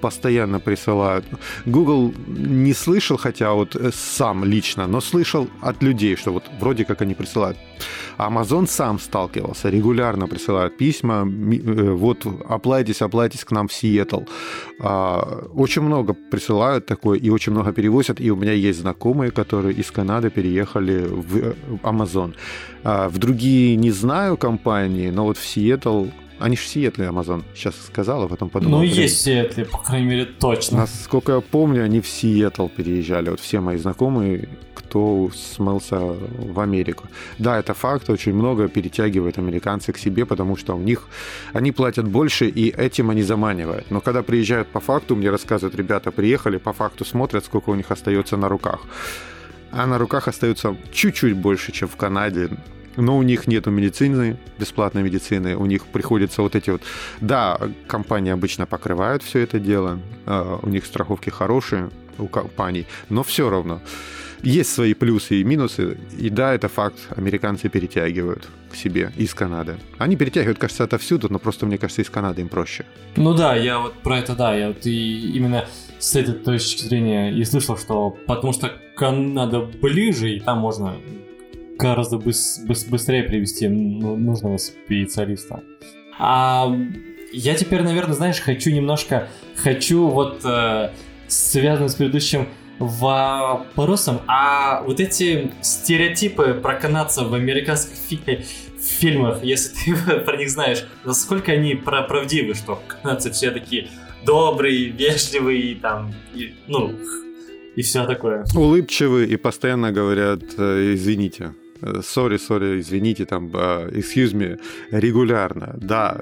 постоянно присылают. Google не слышал, хотя вот сам лично, но слышал от людей, что вот вроде как они присылают. Amazon сам сталкивался, регулярно присылают письма, вот оплайтесь к нам в Сиэтл. Очень много присылают такое, и очень много перевозят, и у меня есть знакомые, которые из Канады переехали в Amazon. В другие не знаю компании, но вот в Сиэтл, они же в Сиэтле Amazon, сейчас сказала, потом подумал. Ну, есть в Сиэтле, по крайней мере, точно. Насколько я помню, они в Сиэтл переезжали, вот все мои знакомые, кто смылся в Америку. Да, это факт, очень много перетягивают американцы к себе, потому что у них они платят больше, и этим они заманивают. Но когда приезжают по факту, мне рассказывают, ребята приехали, по факту смотрят, сколько у них остается на руках. А на руках остается чуть-чуть больше, чем в Канаде. Но у них нету медицины, бесплатной медицины, у них приходится вот эти вот... Да, компании обычно покрывают все это дело, у них страховки хорошие у компаний, но все равно есть свои плюсы и минусы, и да, это факт, американцы перетягивают к себе из Канады. Они перетягивают, кажется, отовсюду, но просто, мне кажется, из Канады им проще. Ну да, я вот про это, да, я вот и именно с этой точки зрения и слышал, что потому что Канада ближе, и там можно гораздо быстрее привести нужного специалиста. А я теперь, наверное, знаешь, хочу вот связано с предыдущим вопросом, а вот эти стереотипы про канадцев в американских фильмах, если ты про них знаешь, насколько они правдивы, что канадцы все такие добрые, вежливые, там, и все такое. Улыбчивые и постоянно говорят «извините». Sorry, извините, там, excuse me, регулярно. Да,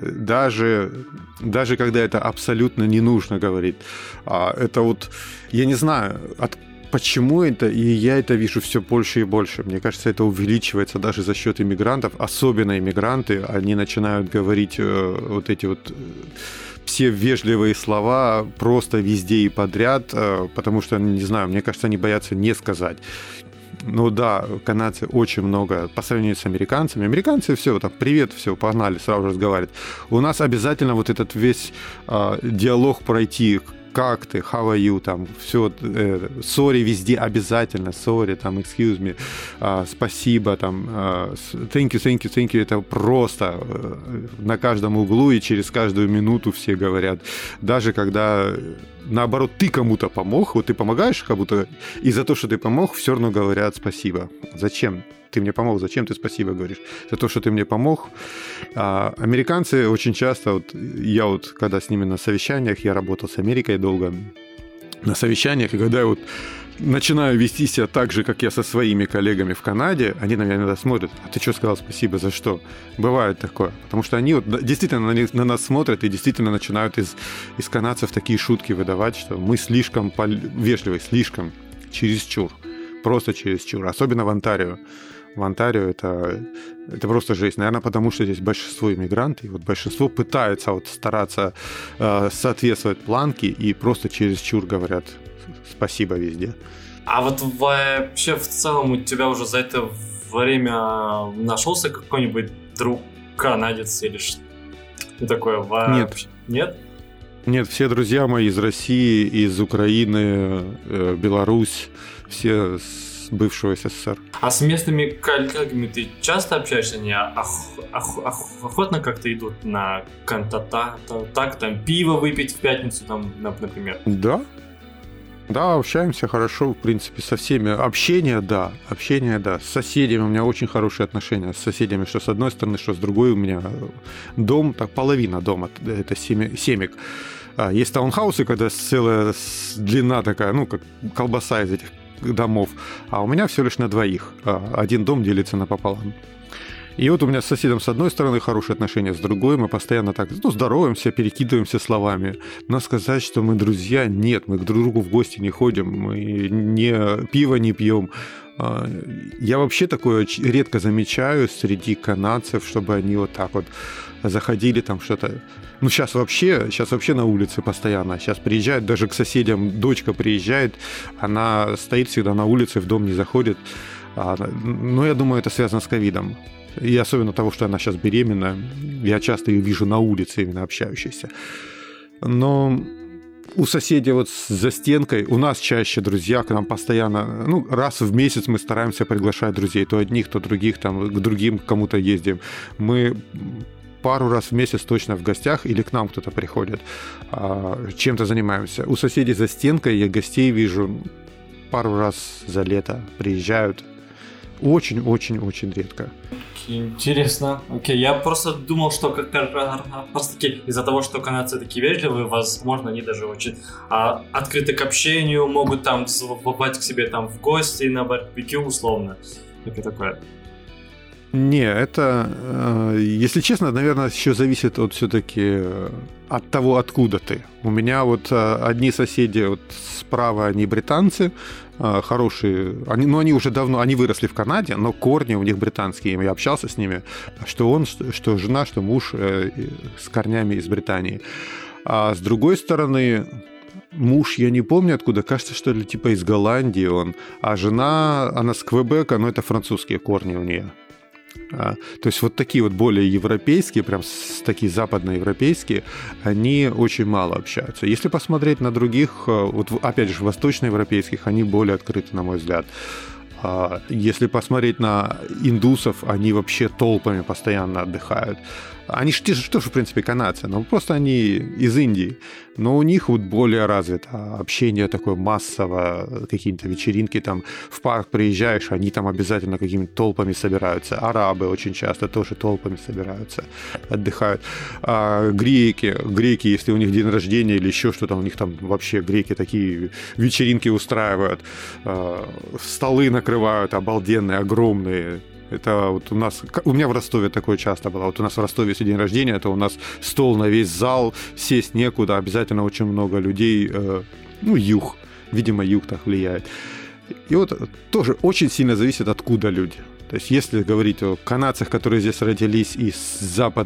даже когда это абсолютно не нужно говорить. Это вот, я не знаю, почему это, и я это вижу все больше и больше. Мне кажется, это увеличивается даже за счет иммигрантов, особенно иммигранты, они начинают говорить вот эти вот все вежливые слова просто везде и подряд, потому что, не знаю, мне кажется, они боятся не сказать. Ну да, канадцы очень много по сравнению с американцами. Американцы все, там, привет, все, погнали, сразу разговаривать. У нас обязательно вот этот весь диалог пройти. Как ты, how are you, там, все, sorry везде обязательно, sorry, там, excuse me, спасибо, там, thank you, это просто на каждом углу и через каждую минуту все говорят. Даже когда, наоборот, ты кому-то помог, вот ты помогаешь кому-то, и за то, что ты помог, все равно говорят спасибо. Зачем? Ты мне помог, зачем ты спасибо говоришь? За то, что ты мне помог. Американцы очень часто, вот я вот, когда с ними на совещаниях, я работал с Америкой долго, на совещаниях, и когда я вот начинаю вести себя так же, как я со своими коллегами в Канаде, они на меня иногда смотрят, а ты что сказал спасибо, за что? Бывает такое. Потому что они вот действительно на нас смотрят и действительно начинают из канадцев такие шутки выдавать, что мы слишком вежливы, слишком, чересчур, просто чересчур, особенно в Онтарио. В Онтарио это просто жесть. Наверное, потому что здесь большинство иммигрантов, и вот большинство пытаются вот стараться соответствовать планке и просто чересчур говорят спасибо везде. А вот вообще в целом у тебя уже за это время нашелся какой-нибудь друг канадец или что такое? Нет. Нет? Нет, все друзья мои из России, из Украины, Беларусь, все бывшего СССР. А с местными коллегами ты часто общаешься? Они охотно как-то идут на так, там, пиво выпить в пятницу, там, например? Да, общаемся хорошо, в принципе, со всеми. Общение, да. С соседями у меня очень хорошие отношения. С соседями, что с одной стороны, что с другой. У меня дом, так, половина дома, это семик. Есть таунхаусы, когда целая длина такая, ну, как колбаса из этих домов, а у меня всего лишь на двоих. Один дом делится напополам. И вот у меня с соседом с одной стороны хорошие отношения, с другой мы постоянно так, здороваемся, перекидываемся словами. Но сказать, что мы друзья, нет, мы к друг другу в гости не ходим, мы пиво не пьем. Я вообще такое редко замечаю среди канадцев, чтобы они вот так вот заходили там что-то. Ну, сейчас вообще на улице постоянно. Сейчас приезжает даже к соседям, дочка приезжает, она стоит всегда на улице, в дом не заходит. Но я думаю, это связано с ковидом. И особенно того, что она сейчас беременна. Я часто ее вижу на улице, именно общающейся. Но у соседей вот за стенкой, у нас чаще друзья, к нам постоянно, ну, раз в месяц мы стараемся приглашать друзей, то одних, то других, там, к другим кому-то ездим. Мы пару раз в месяц точно в гостях или к нам кто-то приходит, чем-то занимаемся. У соседей за стенкой я гостей вижу пару раз за лето, приезжают. Очень-очень-очень редко. Интересно. Окей, я просто думал, что как раз таки из-за того, что канадцы такие вежливые, возможно, они даже очень открыты к общению, могут там звать к себе там в гости на барбекю условно. Это такое. Не, это, если честно, наверное, еще зависит от все-таки от того, откуда ты. У меня вот одни соседи вот справа, они британцы, хорошие, они уже давно, они выросли в Канаде, но корни у них британские, я общался с ними, что жена, что муж с корнями из Британии. А с другой стороны, муж, я не помню откуда, кажется, что ли, типа из Голландии он, а жена, она с Квебека, но это французские корни у нее. То есть вот такие вот более европейские, прям такие западноевропейские, они очень мало общаются. Если посмотреть на других, вот опять же, восточноевропейских, они более открыты, на мой взгляд. Если посмотреть на индусов, они вообще толпами постоянно отдыхают. Они же тоже, в принципе, канадцы, но просто они из Индии. Но у них вот более развито общение такое массовое, какие-то вечеринки, там в парк приезжаешь, они там обязательно какими-то толпами собираются. Арабы очень часто тоже толпами собираются, отдыхают. Греки, если у них день рождения или еще что-то, у них там вообще греки такие вечеринки устраивают, столы накрывают обалденные, огромные. Это вот у меня в Ростове такое часто было. Вот у нас в Ростове, если день рождения, то у нас стол на весь зал, сесть некуда, обязательно очень много людей. Юг. Видимо, юг так влияет. И вот тоже очень сильно зависит, откуда люди. То есть если говорить о канадцах, которые здесь родились, и с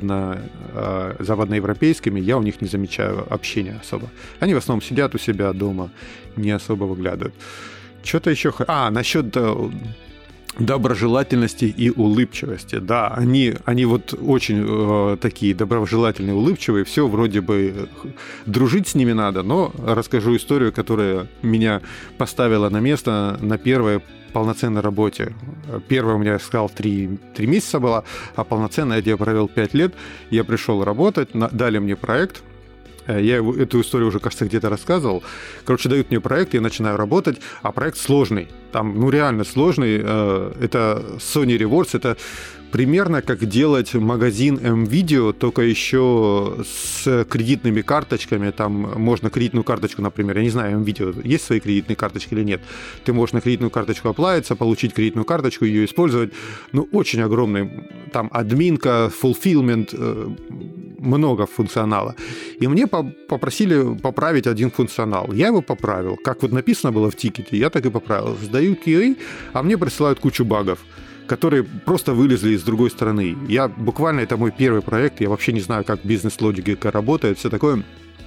западноевропейскими, я у них не замечаю общения особо. Они в основном сидят у себя дома, не особо выглядывают. Что-то еще... насчет... доброжелательности и улыбчивости. Да, они вот очень такие доброжелательные, улыбчивые, все вроде бы дружить с ними надо, но расскажу историю, которая меня поставила на место на первой полноценной работе. Первая у меня, я сказал, 3 месяца была, а полноценная я провел 5 лет. Я пришел работать, дали мне проект. Я эту историю уже, кажется, где-то рассказывал. Короче, дают мне проект, я начинаю работать, а проект сложный. Там, реально сложный. Это Sony Rewards, это примерно как делать магазин M-Video, только еще с кредитными карточками. Там можно кредитную карточку, например, я не знаю, M-Video, есть свои кредитные карточки или нет. Ты можешь на кредитную карточку оплавиться, получить кредитную карточку, ее использовать. Очень огромный. Там админка, fulfillment, много функционала. И мне попросили поправить один функционал. Я его поправил. Как вот написано было в тикете, я так и поправил. Сдаю QA, а мне присылают кучу багов, которые просто вылезли из другой стороны. Буквально, это мой первый проект, я вообще не знаю, как бизнес-логика работает, все такое.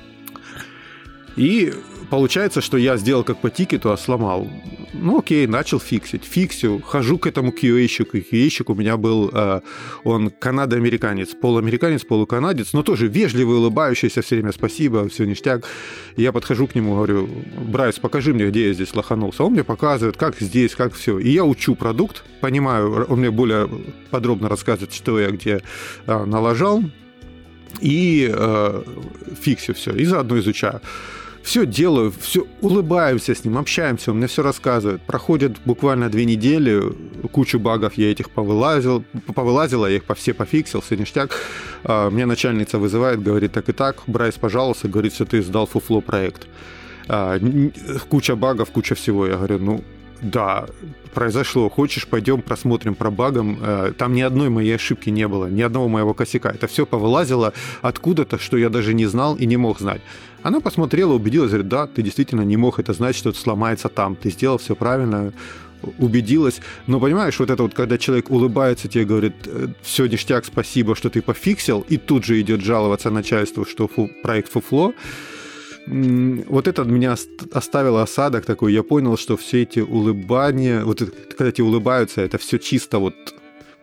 И получается, что я сделал как по тикету, а сломал. Окей, начал фиксить. Фиксю, хожу к этому QA-щику. QA-щик у меня был, он канадо-американец, полуамериканец, полуканадец, но тоже вежливый, улыбающийся, все время спасибо, все ништяк. Я подхожу к нему, говорю: Брайс, покажи мне, где я здесь лоханулся. Он мне показывает, как здесь, как все. И я учу продукт, понимаю, он мне более подробно рассказывает, что я где налажал, и фиксю все, и заодно изучаю. Все делаю, все улыбаемся с ним, общаемся, он мне все рассказывает. Проходит буквально 2 недели, кучу багов я этих повылазила, я их все пофиксил, все ништяк. Меня начальница вызывает, говорит: так и так, Брайс, пожалуйста, говорит, что ты сдал фуфло проект. Куча багов, куча всего. Я говорю: да, произошло. Хочешь, пойдем просмотрим про багом. Там ни одной моей ошибки не было, ни одного моего косяка. Это все повылазило откуда-то, что я даже не знал и не мог знать. Она посмотрела, убедилась, говорит: да, ты действительно не мог это знать, что это сломается там. Ты сделал все правильно, убедилась. Но понимаешь, вот это вот, когда человек улыбается, тебе говорит: все, ништяк, спасибо, что ты пофиксил, и тут же идет жаловаться начальству, что проект фуфло. Вот это меня оставило осадок такой. Я понял, что все эти улыбания, вот когда тебе улыбаются, это все чисто вот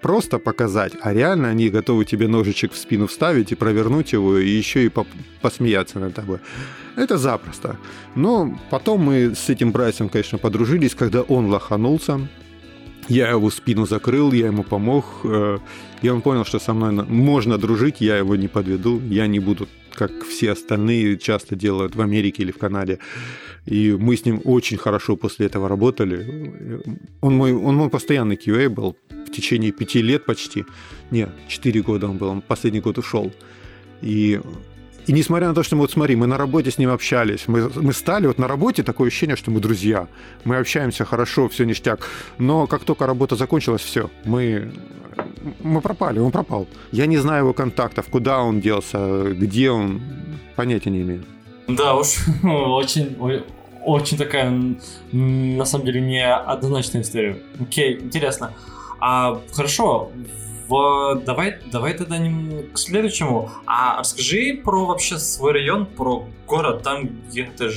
просто показать, а реально они готовы тебе ножичек в спину вставить и провернуть его, и еще и посмеяться над тобой. Это запросто. Но потом мы с этим Брайсом, конечно, подружились, когда он лоханулся. Я его спину закрыл, я ему помог, и он понял, что со мной можно дружить, я его не подведу, я не буду, как все остальные часто делают в Америке или в Канаде. И мы с ним очень хорошо после этого работали. Он мой постоянный QA был в течение 5 лет почти. Не, 4 года он был, он последний год ушел. И несмотря на то, что мы, вот смотри, мы на работе с ним общались, мы стали вот на работе такое ощущение, что мы друзья, мы общаемся хорошо, все ништяк, но как только работа закончилась, все, мы пропали, он пропал. Я не знаю его контактов, куда он делся, где он, понятия не имею. Да уж, очень такая, на самом деле, неоднозначная история. Окей, интересно. Хорошо, давай тогда к следующему. Расскажи про вообще свой район, про город, там, где ты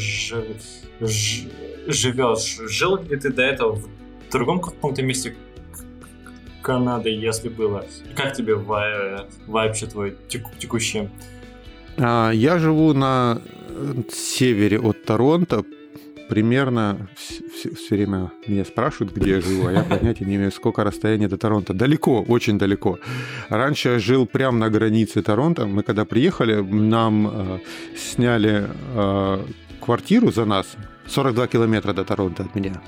живешь. Жил ли ты до этого в другом каком-то месте Канады, если было? Как тебе вообще твое текущее? Я живу на севере от Торонто. Примерно все время меня спрашивают, где я живу, а я понятия не имею, сколько расстояние до Торонто. Далеко, очень далеко. Раньше я жил прямо на границе Торонто. Мы когда приехали, нам сняли квартиру за нас 42 километра до Торонто от меня.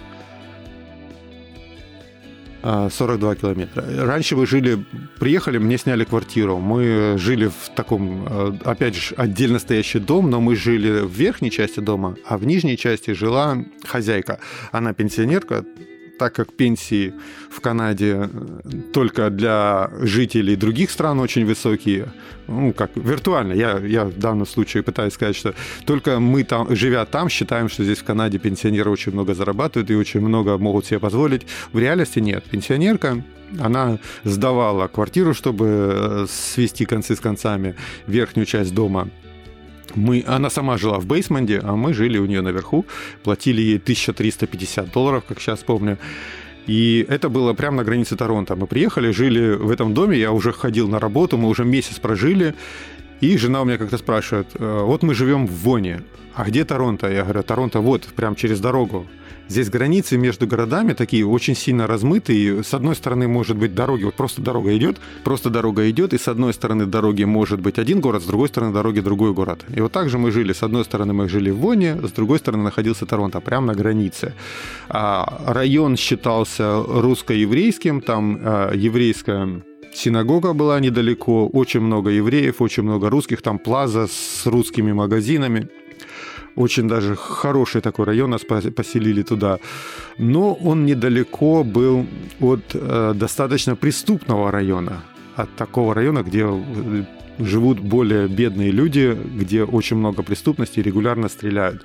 42 километра. Раньше мы приехали, мне сняли квартиру. Мы жили в таком, опять же, отдельно стоящий дом, но мы жили в верхней части дома, а в нижней части жила хозяйка. Она пенсионерка, так как пенсии в Канаде только для жителей других стран очень высокие, как виртуально, я в данном случае пытаюсь сказать, что только мы там, живя там, считаем, что здесь в Канаде пенсионеры очень много зарабатывают и очень много могут себе позволить. В реальности нет. Пенсионерка, она сдавала квартиру, чтобы свести концы с концами, верхнюю часть дома. Она сама жила в бейсменте, а мы жили у нее наверху, платили ей $1350, как сейчас помню. И это было прямо на границе Торонто. Мы приехали, жили в этом доме, я уже ходил на работу, мы уже месяц прожили. И жена у меня как-то спрашивает, вот мы живем в Воне, а где Торонто? Я говорю, Торонто вот, прямо через дорогу. Здесь границы между городами такие очень сильно размытые. С одной стороны может быть дороги, вот просто дорога идет, и с одной стороны дороги может быть один город, с другой стороны дороги другой город. И вот так же мы жили. С одной стороны мы жили в Воне, с другой стороны находился Торонто, прямо на границе. Район считался русско-еврейским, там еврейская синагога была недалеко, очень много евреев, очень много русских, там плаза с русскими магазинами. Очень даже хороший такой район, нас поселили туда. Но он недалеко был от достаточно преступного района. От такого района, где живут более бедные люди, где очень много преступности, регулярно стреляют.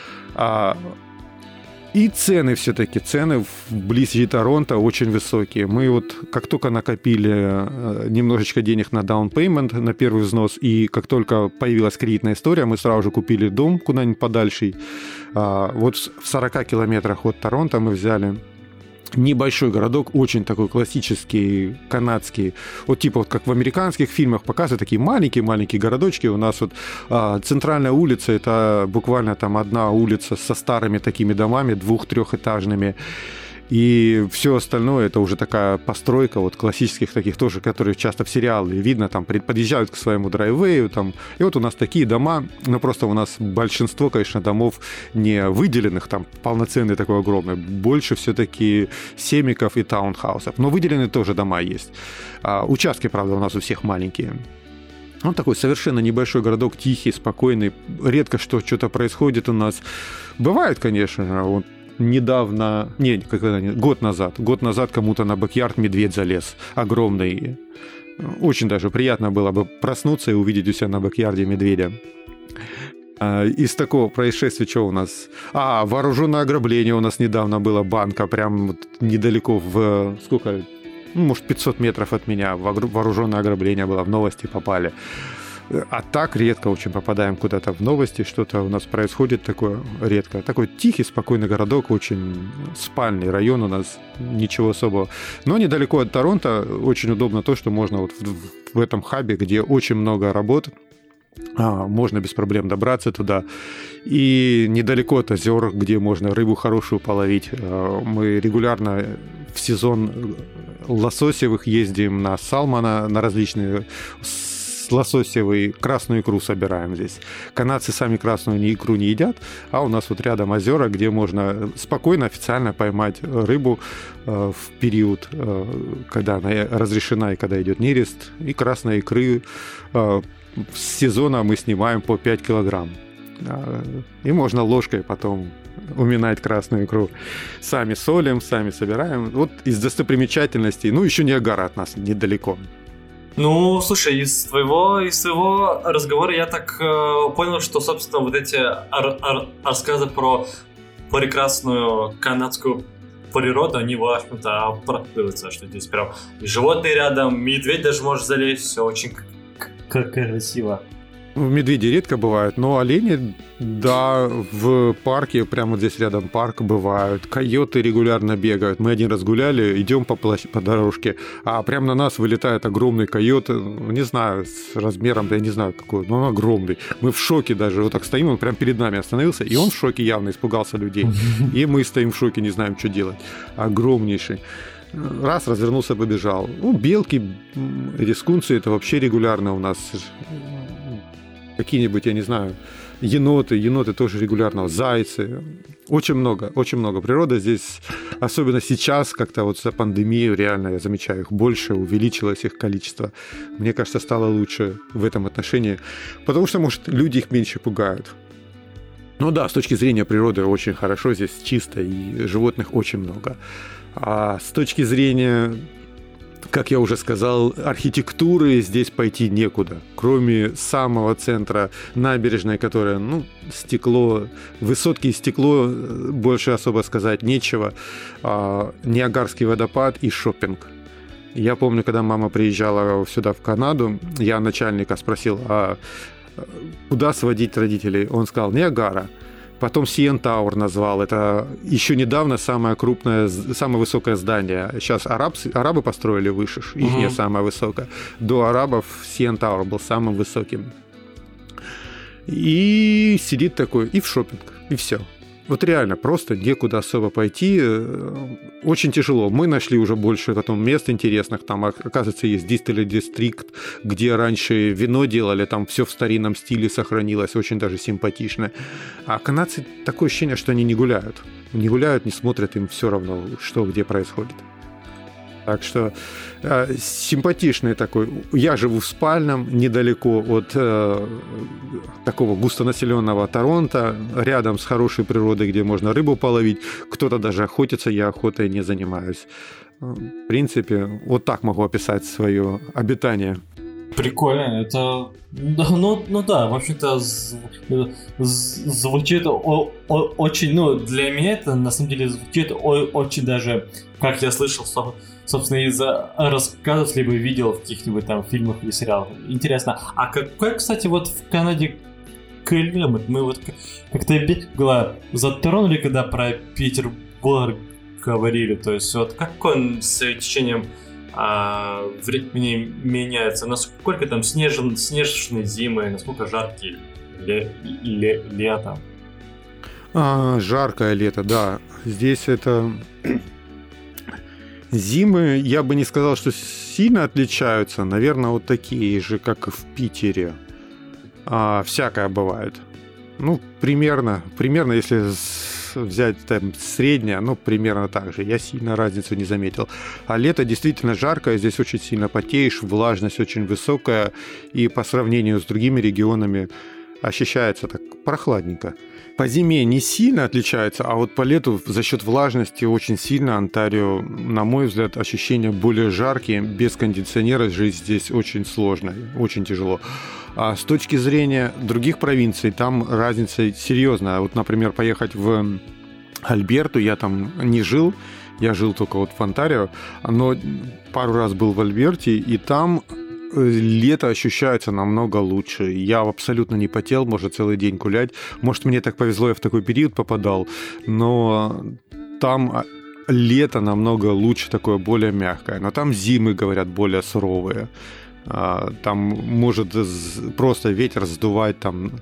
И цены вблизи Торонто очень высокие. Мы вот как только накопили немножечко денег на down payment, на первый взнос, и как только появилась кредитная история, мы сразу же купили дом куда-нибудь подальше. Вот в 40 километрах от Торонто мы взяли небольшой городок, очень такой классический, канадский, вот типа вот как в американских фильмах показывают, такие маленькие-маленькие городочки. У нас вот центральная улица, это буквально там одна улица со старыми такими домами, 2-3-этажными. И все остальное это уже такая постройка вот классических таких тоже, которые часто в сериале видно, там подъезжают к своему драйвею, там. И вот у нас такие дома, но просто у нас большинство, конечно, домов не выделенных, там полноценные такой огромный, больше все-таки семиков и таунхаусов. Но выделенные тоже дома есть. Участки, правда, у нас у всех маленькие. Он такой совершенно небольшой городок, тихий, спокойный, редко что-то происходит у нас. Бывает, конечно, вот. Недавно, год назад кому-то на бэк-ярд медведь залез, огромный. Очень даже приятно было бы проснуться и увидеть у себя на бэк-ярде медведя. Из такого происшествия что у нас? Вооруженное ограбление у нас недавно было, банка, прям вот недалеко может 500 метров от меня. Вооруженное ограбление было, в новости попали. А так редко очень попадаем куда-то в новости, что-то у нас происходит такое редко. Такой тихий, спокойный городок, очень спальный район у нас, ничего особого. Но недалеко от Торонто очень удобно то, что можно вот в этом хабе, где очень много работ, можно без проблем добраться туда. И недалеко от озер, где можно рыбу хорошую половить. Мы регулярно в сезон лососевых ездим на салмона, на различные лососевый, красную икру собираем здесь. Канадцы сами красную икру не едят, а у нас вот рядом озера, где можно спокойно, официально поймать рыбу в период, когда она разрешена и когда идет нерест. И красной икры с сезона мы снимаем по 5 килограмм. И можно ложкой потом уминать красную икру. Сами солим, сами собираем. Вот из достопримечательностей. Ну, еще Ниагара от нас недалеко. Ну, слушай, из твоего разговора я так понял, что, собственно, вот эти рассказы про прекрасную канадскую природу, они, в общем-то, оправдываются, что здесь прям и животные рядом, медведь даже может залезть, все очень красиво. Медведи редко бывают, но олени, да, в парке, прямо вот здесь рядом парк, бывают. Койоты регулярно бегают. Мы один раз гуляли, идем по дорожке, а прямо на нас вылетает огромный койот, не знаю, с размером, да я не знаю какой, но он огромный. Мы в шоке даже, вот так стоим, он прямо перед нами остановился, и он в шоке явно, испугался людей. И мы стоим в шоке, не знаем, что делать. Огромнейший. Раз, развернулся, побежал. Ну, белки, рискунцы, это вообще регулярно у нас. Какие-нибудь, я не знаю, еноты тоже регулярно, зайцы. Очень много природы здесь, особенно сейчас, как-то вот за пандемию, реально я замечаю их больше, увеличилось их количество. Мне кажется, стало лучше в этом отношении, потому что, может, люди их меньше пугают. Ну да, с точки зрения природы очень хорошо, здесь чисто, и животных очень много. А с точки зрения, как я уже сказал, архитектуры здесь пойти некуда. Кроме самого центра набережной, которая, ну, стекло, высотки и стекло, больше особо сказать нечего. Ниагарский водопад и шопинг. Я помню, когда мама приезжала сюда в Канаду, я начальника спросил, а куда сводить родителей? Он сказал, Ниагара. Потом CN Tower назвал. Это еще недавно самое крупное, самое высокое здание. Сейчас арабы построили выше, их не самое высокое. До арабов CN Tower был самым высоким. И сидит такой, и в шопинг, и все. Вот реально, просто некуда особо пойти. Очень тяжело. Мы нашли уже больше потом мест интересных. Там, оказывается, есть Distillery District, где раньше вино делали. Там все в старинном стиле сохранилось. Очень даже симпатично. А канадцы, такое ощущение, что они не гуляют. Не гуляют, не смотрят, им все равно, что где происходит. Так что симпатичный такой. Я живу в спальном, недалеко от такого густонаселенного Торонто, рядом с хорошей природой, где можно рыбу половить. Кто-то даже охотится, я охотой не занимаюсь. В принципе, вот так могу описать свое обитание. Прикольно, это... Ну да, в общем-то, звучит очень... Ну, для меня это, на самом деле, звучит очень даже, как я слышал, собственно, из рассказов, либо видел в каких-нибудь там фильмах или сериалах. Интересно. А какой, кстати, вот в Канаде климат? Мы вот как-то бегло затронули, когда про Петербург говорили. То есть вот как он с течением времени меняется? Насколько там снежные зимы, насколько жаркие лето? Жаркое лето, да. Здесь это... Зимы, я бы не сказал, что сильно отличаются. Наверное, вот такие же, как и в Питере. Всякое бывает. Ну, примерно, если взять там среднее, ну, примерно так же. Я сильно разницу не заметил. А лето действительно жаркое, здесь очень сильно потеешь, влажность очень высокая, и по сравнению с другими регионами ощущается так прохладненько. По зиме не сильно отличается, а вот по лету за счет влажности очень сильно Онтарио, на мой взгляд, ощущения более жаркие. Без кондиционера жить здесь очень сложно, очень тяжело. А с точки зрения других провинций, там разница серьезная. Вот, например, поехать в Альберту, я там не жил, я жил только вот в Онтарио, но пару раз был в Альберте, и там лето ощущается намного лучше. Я абсолютно не потел, может целый день гулять. Может, мне так повезло, я в такой период попадал, но там лето намного лучше, такое более мягкое. Но там зимы, говорят, более суровые. Там может просто ветер сдувать, там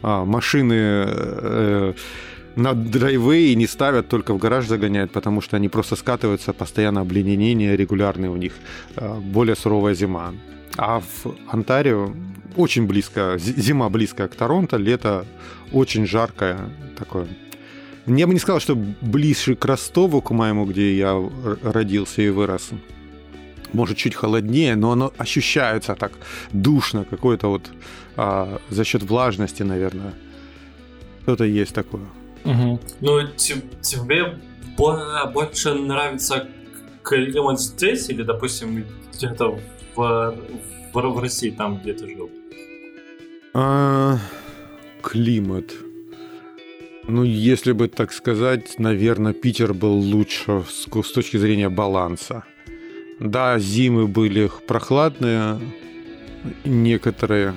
машины на драйвей не ставят, только в гараж загоняют, потому что они просто скатываются, постоянно обледенения регулярные у них. Более суровая зима. А в Онтарио очень близко, зима близкая к Торонто, лето очень жаркое такое. Я бы не сказал, что ближе к Ростову, к моему, где я родился и вырос. Может, чуть холоднее, но оно ощущается так душно, какое-то вот за счет влажности, наверное. Что-то есть такое. Угу. Ну, тебе больше нравится климат здесь или, допустим, где-то в России, там, где ты жил? Климат. Ну, если бы так сказать, наверное, Питер был лучше с точки зрения баланса. Да, зимы были прохладные, некоторые.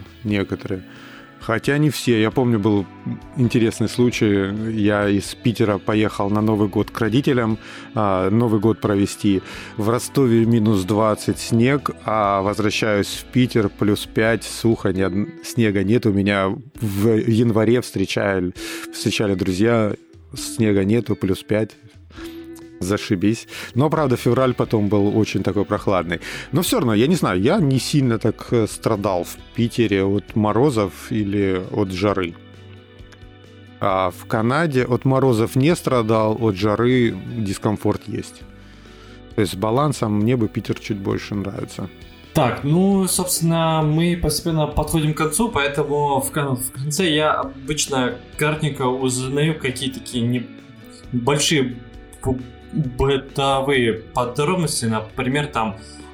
Хотя не все. Я помню, был интересный случай. Я из Питера поехал на Новый год к родителям, Новый год провести. В Ростове минус 20 снег, а возвращаюсь в Питер плюс 5, сухо, снега нет. У меня в январе встречали друзья, снега нету, плюс 5. Зашибись. Но, правда, февраль потом был очень такой прохладный. Но все равно, я не знаю, я не сильно так страдал в Питере от морозов или от жары. А в Канаде от морозов не страдал, от жары дискомфорт есть. То есть с балансом мне бы Питер чуть больше нравится. Так, ну, собственно, мы постепенно подходим к концу, поэтому в конце я обычно кратенько узнаю какие-то такие небольшие бытовые подробности, например, там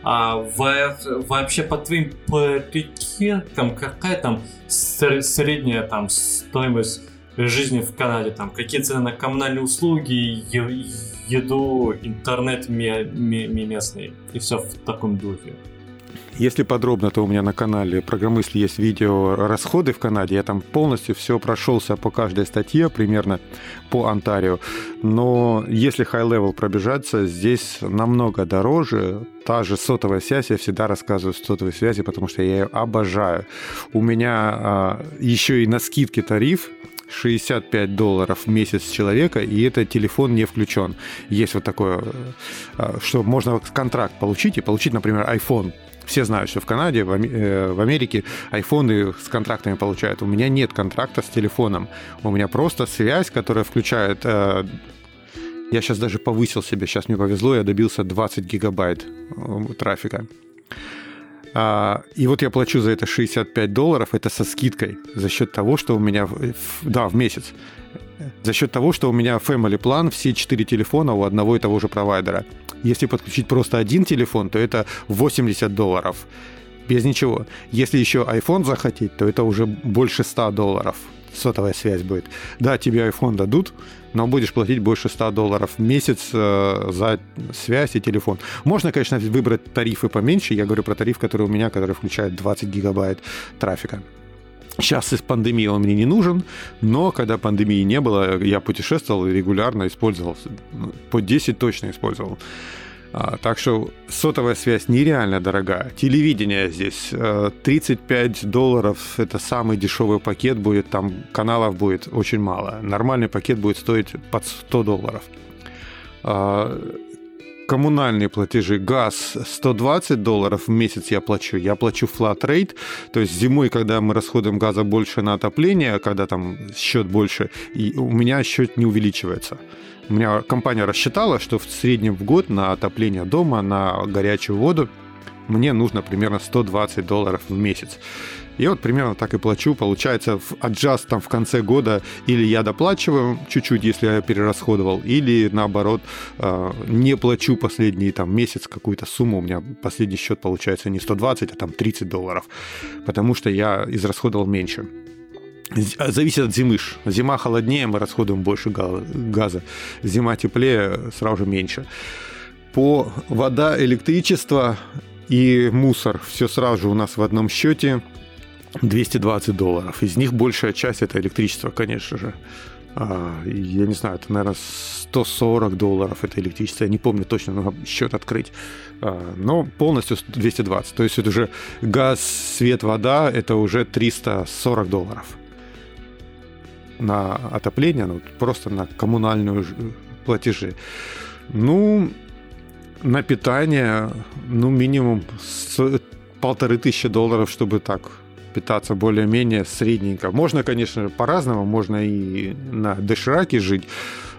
вообще по твоим прикидкам какая там средняя там стоимость жизни в Канаде, там какие цены на коммунальные услуги, еду, интернет местный и все в таком духе. Если подробно, то у меня на канале «Программысли» есть видео «Расходы в Канаде». Я там полностью все прошелся по каждой статье, примерно по Онтарио. Но если high-level пробежаться, здесь намного дороже. Та же сотовая связь, я всегда рассказываю о сотовой связи, потому что я ее обожаю. У меня еще и на скидке тариф $65 в месяц человека, и это телефон не включен. Есть вот такое, что можно контракт получить, и получить, например, iPhone. Все знают, что в Канаде, в Америке айфоны с контрактами получают. У меня нет контракта с телефоном. У меня просто связь, которая включает... Я сейчас даже повысил себе, сейчас мне повезло, я добился 20 гигабайт трафика. И вот я плачу за это $65, это со скидкой, за счет того, что у меня... Да, в месяц. За счет того, что у меня Family Plan, все 4 телефона у одного и того же провайдера. Если подключить просто один телефон, то это $80. Без ничего. Если еще iPhone захотеть, то это уже больше $100. Сотовая связь будет. Да, тебе iPhone дадут, но будешь платить больше $100 в месяц за связь и телефон. Можно, конечно, выбрать тарифы поменьше. Я говорю про тариф, который у меня, который включает 20 гигабайт трафика. Сейчас из пандемии он мне не нужен, но когда пандемии не было, я путешествовал и регулярно использовал. По 10 точно использовал. Так что сотовая связь нереально дорогая. Телевидение здесь $35. Это самый дешевый пакет будет. Там каналов будет очень мало. Нормальный пакет будет стоить под $100. Коммунальные платежи, газ $120 в месяц я плачу. Я плачу flat rate, то есть зимой, когда мы расходуем газа больше на отопление, когда там счет больше, и у меня счет не увеличивается. У меня компания рассчитала, что в среднем в год на отопление дома, на горячую воду мне нужно примерно $120 в месяц. И вот примерно так и плачу. Получается, аджаст там в конце года или я доплачиваю чуть-чуть, если я перерасходовал, или наоборот не плачу последний там месяц какую-то сумму. У меня последний счет получается не 120, а там $30, потому что я израсходовал меньше. Зависит от зимы. Зима холоднее, мы расходуем больше газа. Зима теплее, сразу же меньше. По вода, электричество и мусор. Все сразу же у нас в одном счете $220. Из них большая часть это электричество, конечно же. Я не знаю, это, наверное, $140 это электричество. Я не помню точно, надо счет открыть. Но полностью 220. То есть это уже газ, свет, вода, это уже $340 на отопление, ну, просто на коммунальную платежи. Ну, на питание, ну, минимум $1500, чтобы так питаться более-менее средненько. Можно, конечно, по-разному, можно и на дошираке жить,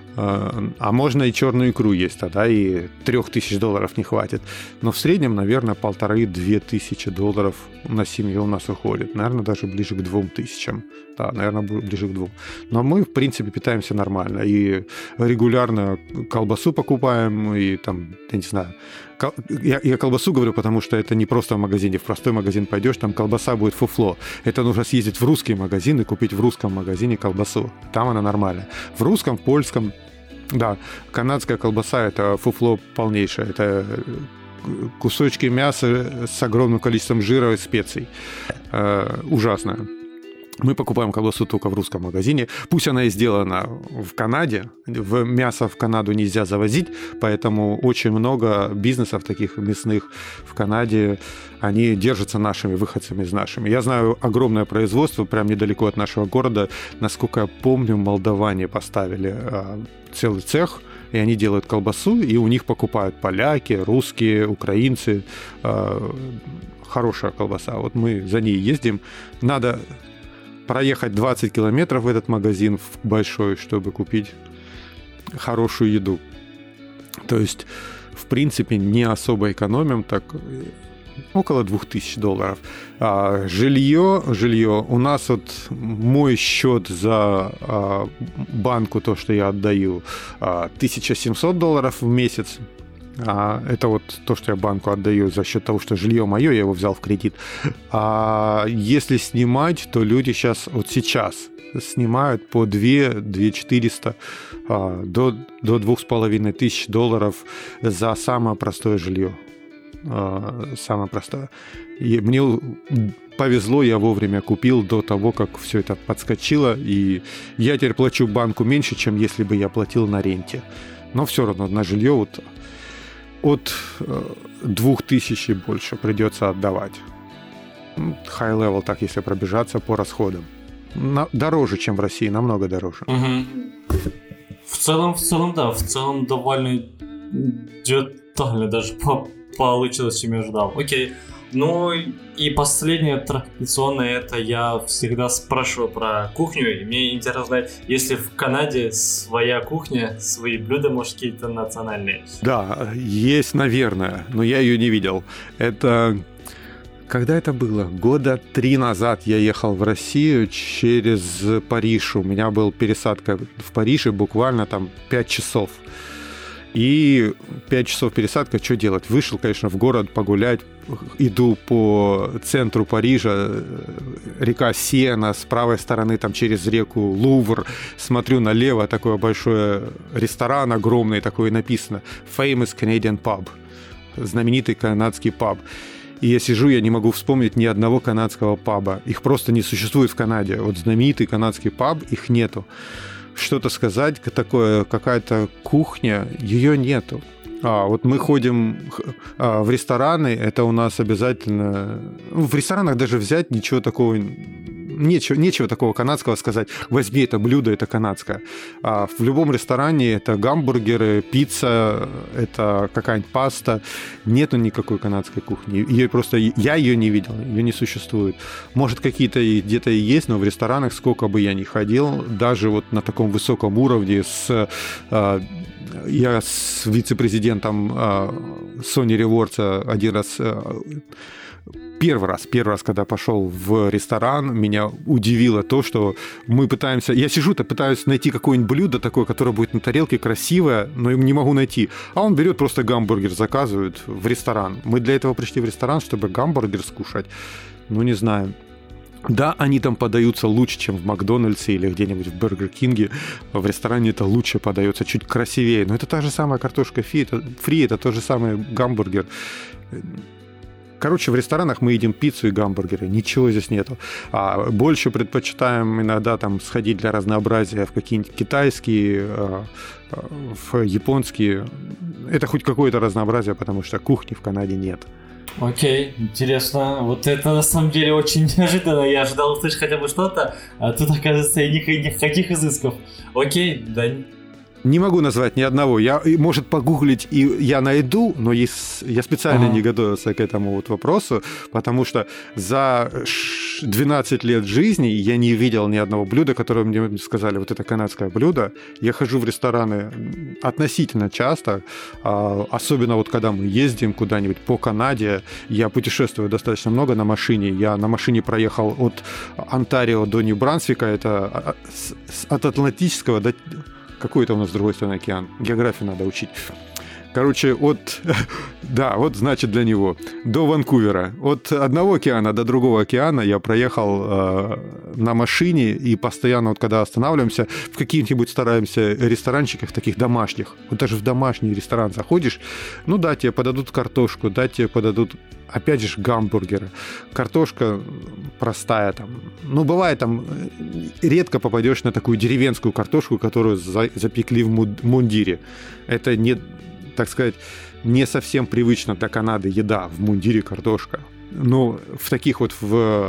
а можно и черную икру есть, тогда и $3000 не хватит. Но в среднем, наверное, $1500-2000 на семью у нас уходит. Наверное, даже ближе к 2000. Да, наверное, ближе к 2. Но мы, в принципе, питаемся нормально. И регулярно колбасу покупаем, и там, я не знаю... Я колбасу говорю, потому что это не просто в магазине. В простой магазин пойдешь, там колбаса будет фуфло. Это нужно съездить в русский магазин и купить в русском магазине колбасу. Там она нормальная. В русском, в польском... Да, канадская колбаса – это фуфло полнейшее. Это кусочки мяса с огромным количеством жира и специй. Ужасная. Мы покупаем колбасу только в русском магазине. Пусть она и сделана в Канаде. Мясо в Канаду нельзя завозить, поэтому очень много бизнесов таких мясных в Канаде, они держатся нашими выходцами из нашими. Я знаю огромное производство прямо недалеко от нашего города. Насколько я помню, молдаване поставили целый цех, и они делают колбасу, и у них покупают поляки, русские, украинцы. Хорошая колбаса. Вот мы за ней ездим. Надо проехать 20 километров в этот магазин большой, чтобы купить хорошую еду. То есть, в принципе, не особо экономим, так около $2000. Жилье. У нас вот мой счет за банку, то, что я отдаю, $1700 в месяц. Это вот то, что я банку отдаю за счет того, что жилье мое, я его взял в кредит. А если снимать, то люди сейчас снимают по $2400 до $2500 за самое простое жилье. Самое простое. И мне повезло, я вовремя купил до того, как все это подскочило, и я теперь плачу банку меньше, чем если бы я платил на ренте. Но все равно на жилье вот от 2000 и больше придется отдавать. High level, так если пробежаться по расходам. Дороже, чем в России, намного дороже. Угу. В целом, да, в целом довольно детально даже получилось, чем я ожидал. Окей. Ну и последнее традиционное, это я всегда спрашиваю про кухню, и мне интересно знать, если в Канаде своя кухня, свои блюда, может, какие-то национальные? Да, есть, наверное, но я ее не видел. Это... Когда это было? 3 года назад я ехал в Россию через Париж. У меня была пересадка в Париже, буквально там 5 часов. И 5 часов пересадка, что делать? Вышел, конечно, в город погулять, иду по центру Парижа, река Сена, с правой стороны там через реку Лувр, смотрю налево, такой большой ресторан огромный, такой написано Famous Canadian Pub, знаменитый канадский паб. И я сижу, я не могу вспомнить ни одного канадского паба. Их просто не существует в Канаде. Вот знаменитый канадский паб, их нету. Что-то сказать, такое, какая-то кухня, ее нету. Вот мы ходим в рестораны, это у нас обязательно... В ресторанах даже взять ничего такого... Нечего такого канадского сказать. Возьми это блюдо, это канадское. В любом ресторане это гамбургеры, пицца, это какая-нибудь паста. Нету никакой канадской кухни. Я ее не видел, ее не существует. Может, какие-то где-то и есть, но в ресторанах, сколько бы я ни ходил, даже вот на таком высоком уровне я с вице-президентом Sony Rewards один раз... Первый раз, когда пошел в ресторан, меня удивило то, что мы пытаемся... Я сижу-то, пытаюсь найти какое-нибудь блюдо такое, которое будет на тарелке красивое, но не могу найти. А он берет просто гамбургер, заказывает в ресторан. Мы для этого пришли в ресторан, чтобы гамбургер скушать. Ну, не знаю. Да, они там подаются лучше, чем в Макдональдсе или где-нибудь в Бургер Кинге. В ресторане это лучше подается, чуть красивее. Но это та же самая картошка фри, это тот же самый гамбургер. Короче, в ресторанах мы едим пиццу и гамбургеры, ничего здесь нету. Больше предпочитаем иногда там сходить для разнообразия в какие-нибудь китайские, в японские. Это хоть какое-то разнообразие, потому что кухни в Канаде нет. Окей, интересно. Вот это на самом деле очень неожиданно. Я ожидал услышать хотя бы что-то, а тут, оказывается, и никаких изысков. Окей, да. Не могу назвать ни одного. Может, погуглить и я найду, но я специально не готовился к этому вот вопросу, потому что за 12 лет жизни я не видел ни одного блюда, которое мне сказали, вот это канадское блюдо. Я хожу в рестораны относительно часто, особенно вот когда мы ездим куда-нибудь по Канаде. Я путешествую достаточно много на машине. Я на машине проехал от Онтарио до Нью-Брансвика, это от Атлантического до... Какой это у нас с другой стороны океан? Географию надо учить. Короче, значит для него, до Ванкувера. От одного океана до другого океана я проехал на машине, и постоянно, вот когда останавливаемся, в каких-нибудь стараемся ресторанчиках таких домашних. Вот даже в домашний ресторан заходишь, ну да, тебе подадут картошку, да, тебе подадут, опять же, гамбургеры. Картошка простая там. Ну, бывает там, редко попадешь на такую деревенскую картошку, которую запекли в мундире. Это не... так сказать, не совсем привычно для Канады еда в мундире картошка. Ну, в таких вот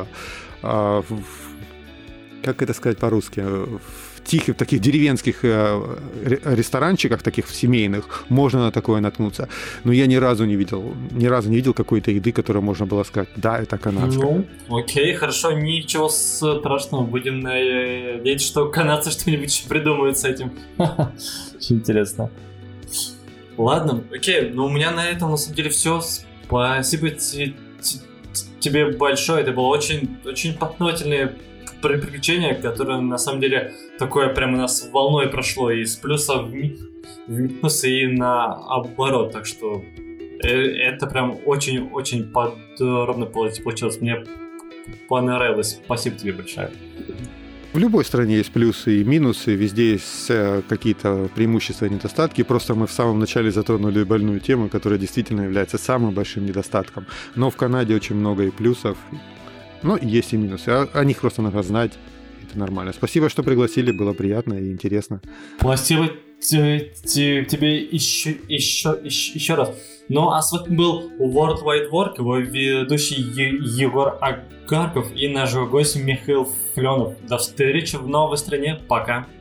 как это сказать по-русски, в тихих, таких деревенских ресторанчиках, таких семейных, можно на такое наткнуться. Но я ни разу не видел какой-то еды, которую можно было сказать, да, это канадская. Ну, окей, хорошо, ничего страшного. Будем надеяться, что канадцы что-нибудь придумают с этим. Очень интересно. Ладно, окей, но у меня на этом на самом деле все. Спасибо тебе большое. Это было очень, очень познавательное приключение, которое на самом деле такое прямо у нас волной прошло из плюса в минус и наоборот. Так что это прям очень-очень подробно получилось. Мне понравилось. Спасибо тебе большое. В любой стране есть плюсы и минусы, везде есть какие-то преимущества и недостатки. Просто мы в самом начале затронули больную тему, которая действительно является самым большим недостатком. Но в Канаде очень много и плюсов, но есть и минусы. О них просто надо знать, это нормально. Спасибо, что пригласили, было приятно и интересно. Спасибо тебе еще раз. Ну, а с вами был World Wide Work, его ведущий Егор Агарков и наш гость Михаил Флёнов. До встречи в новой стране. Пока.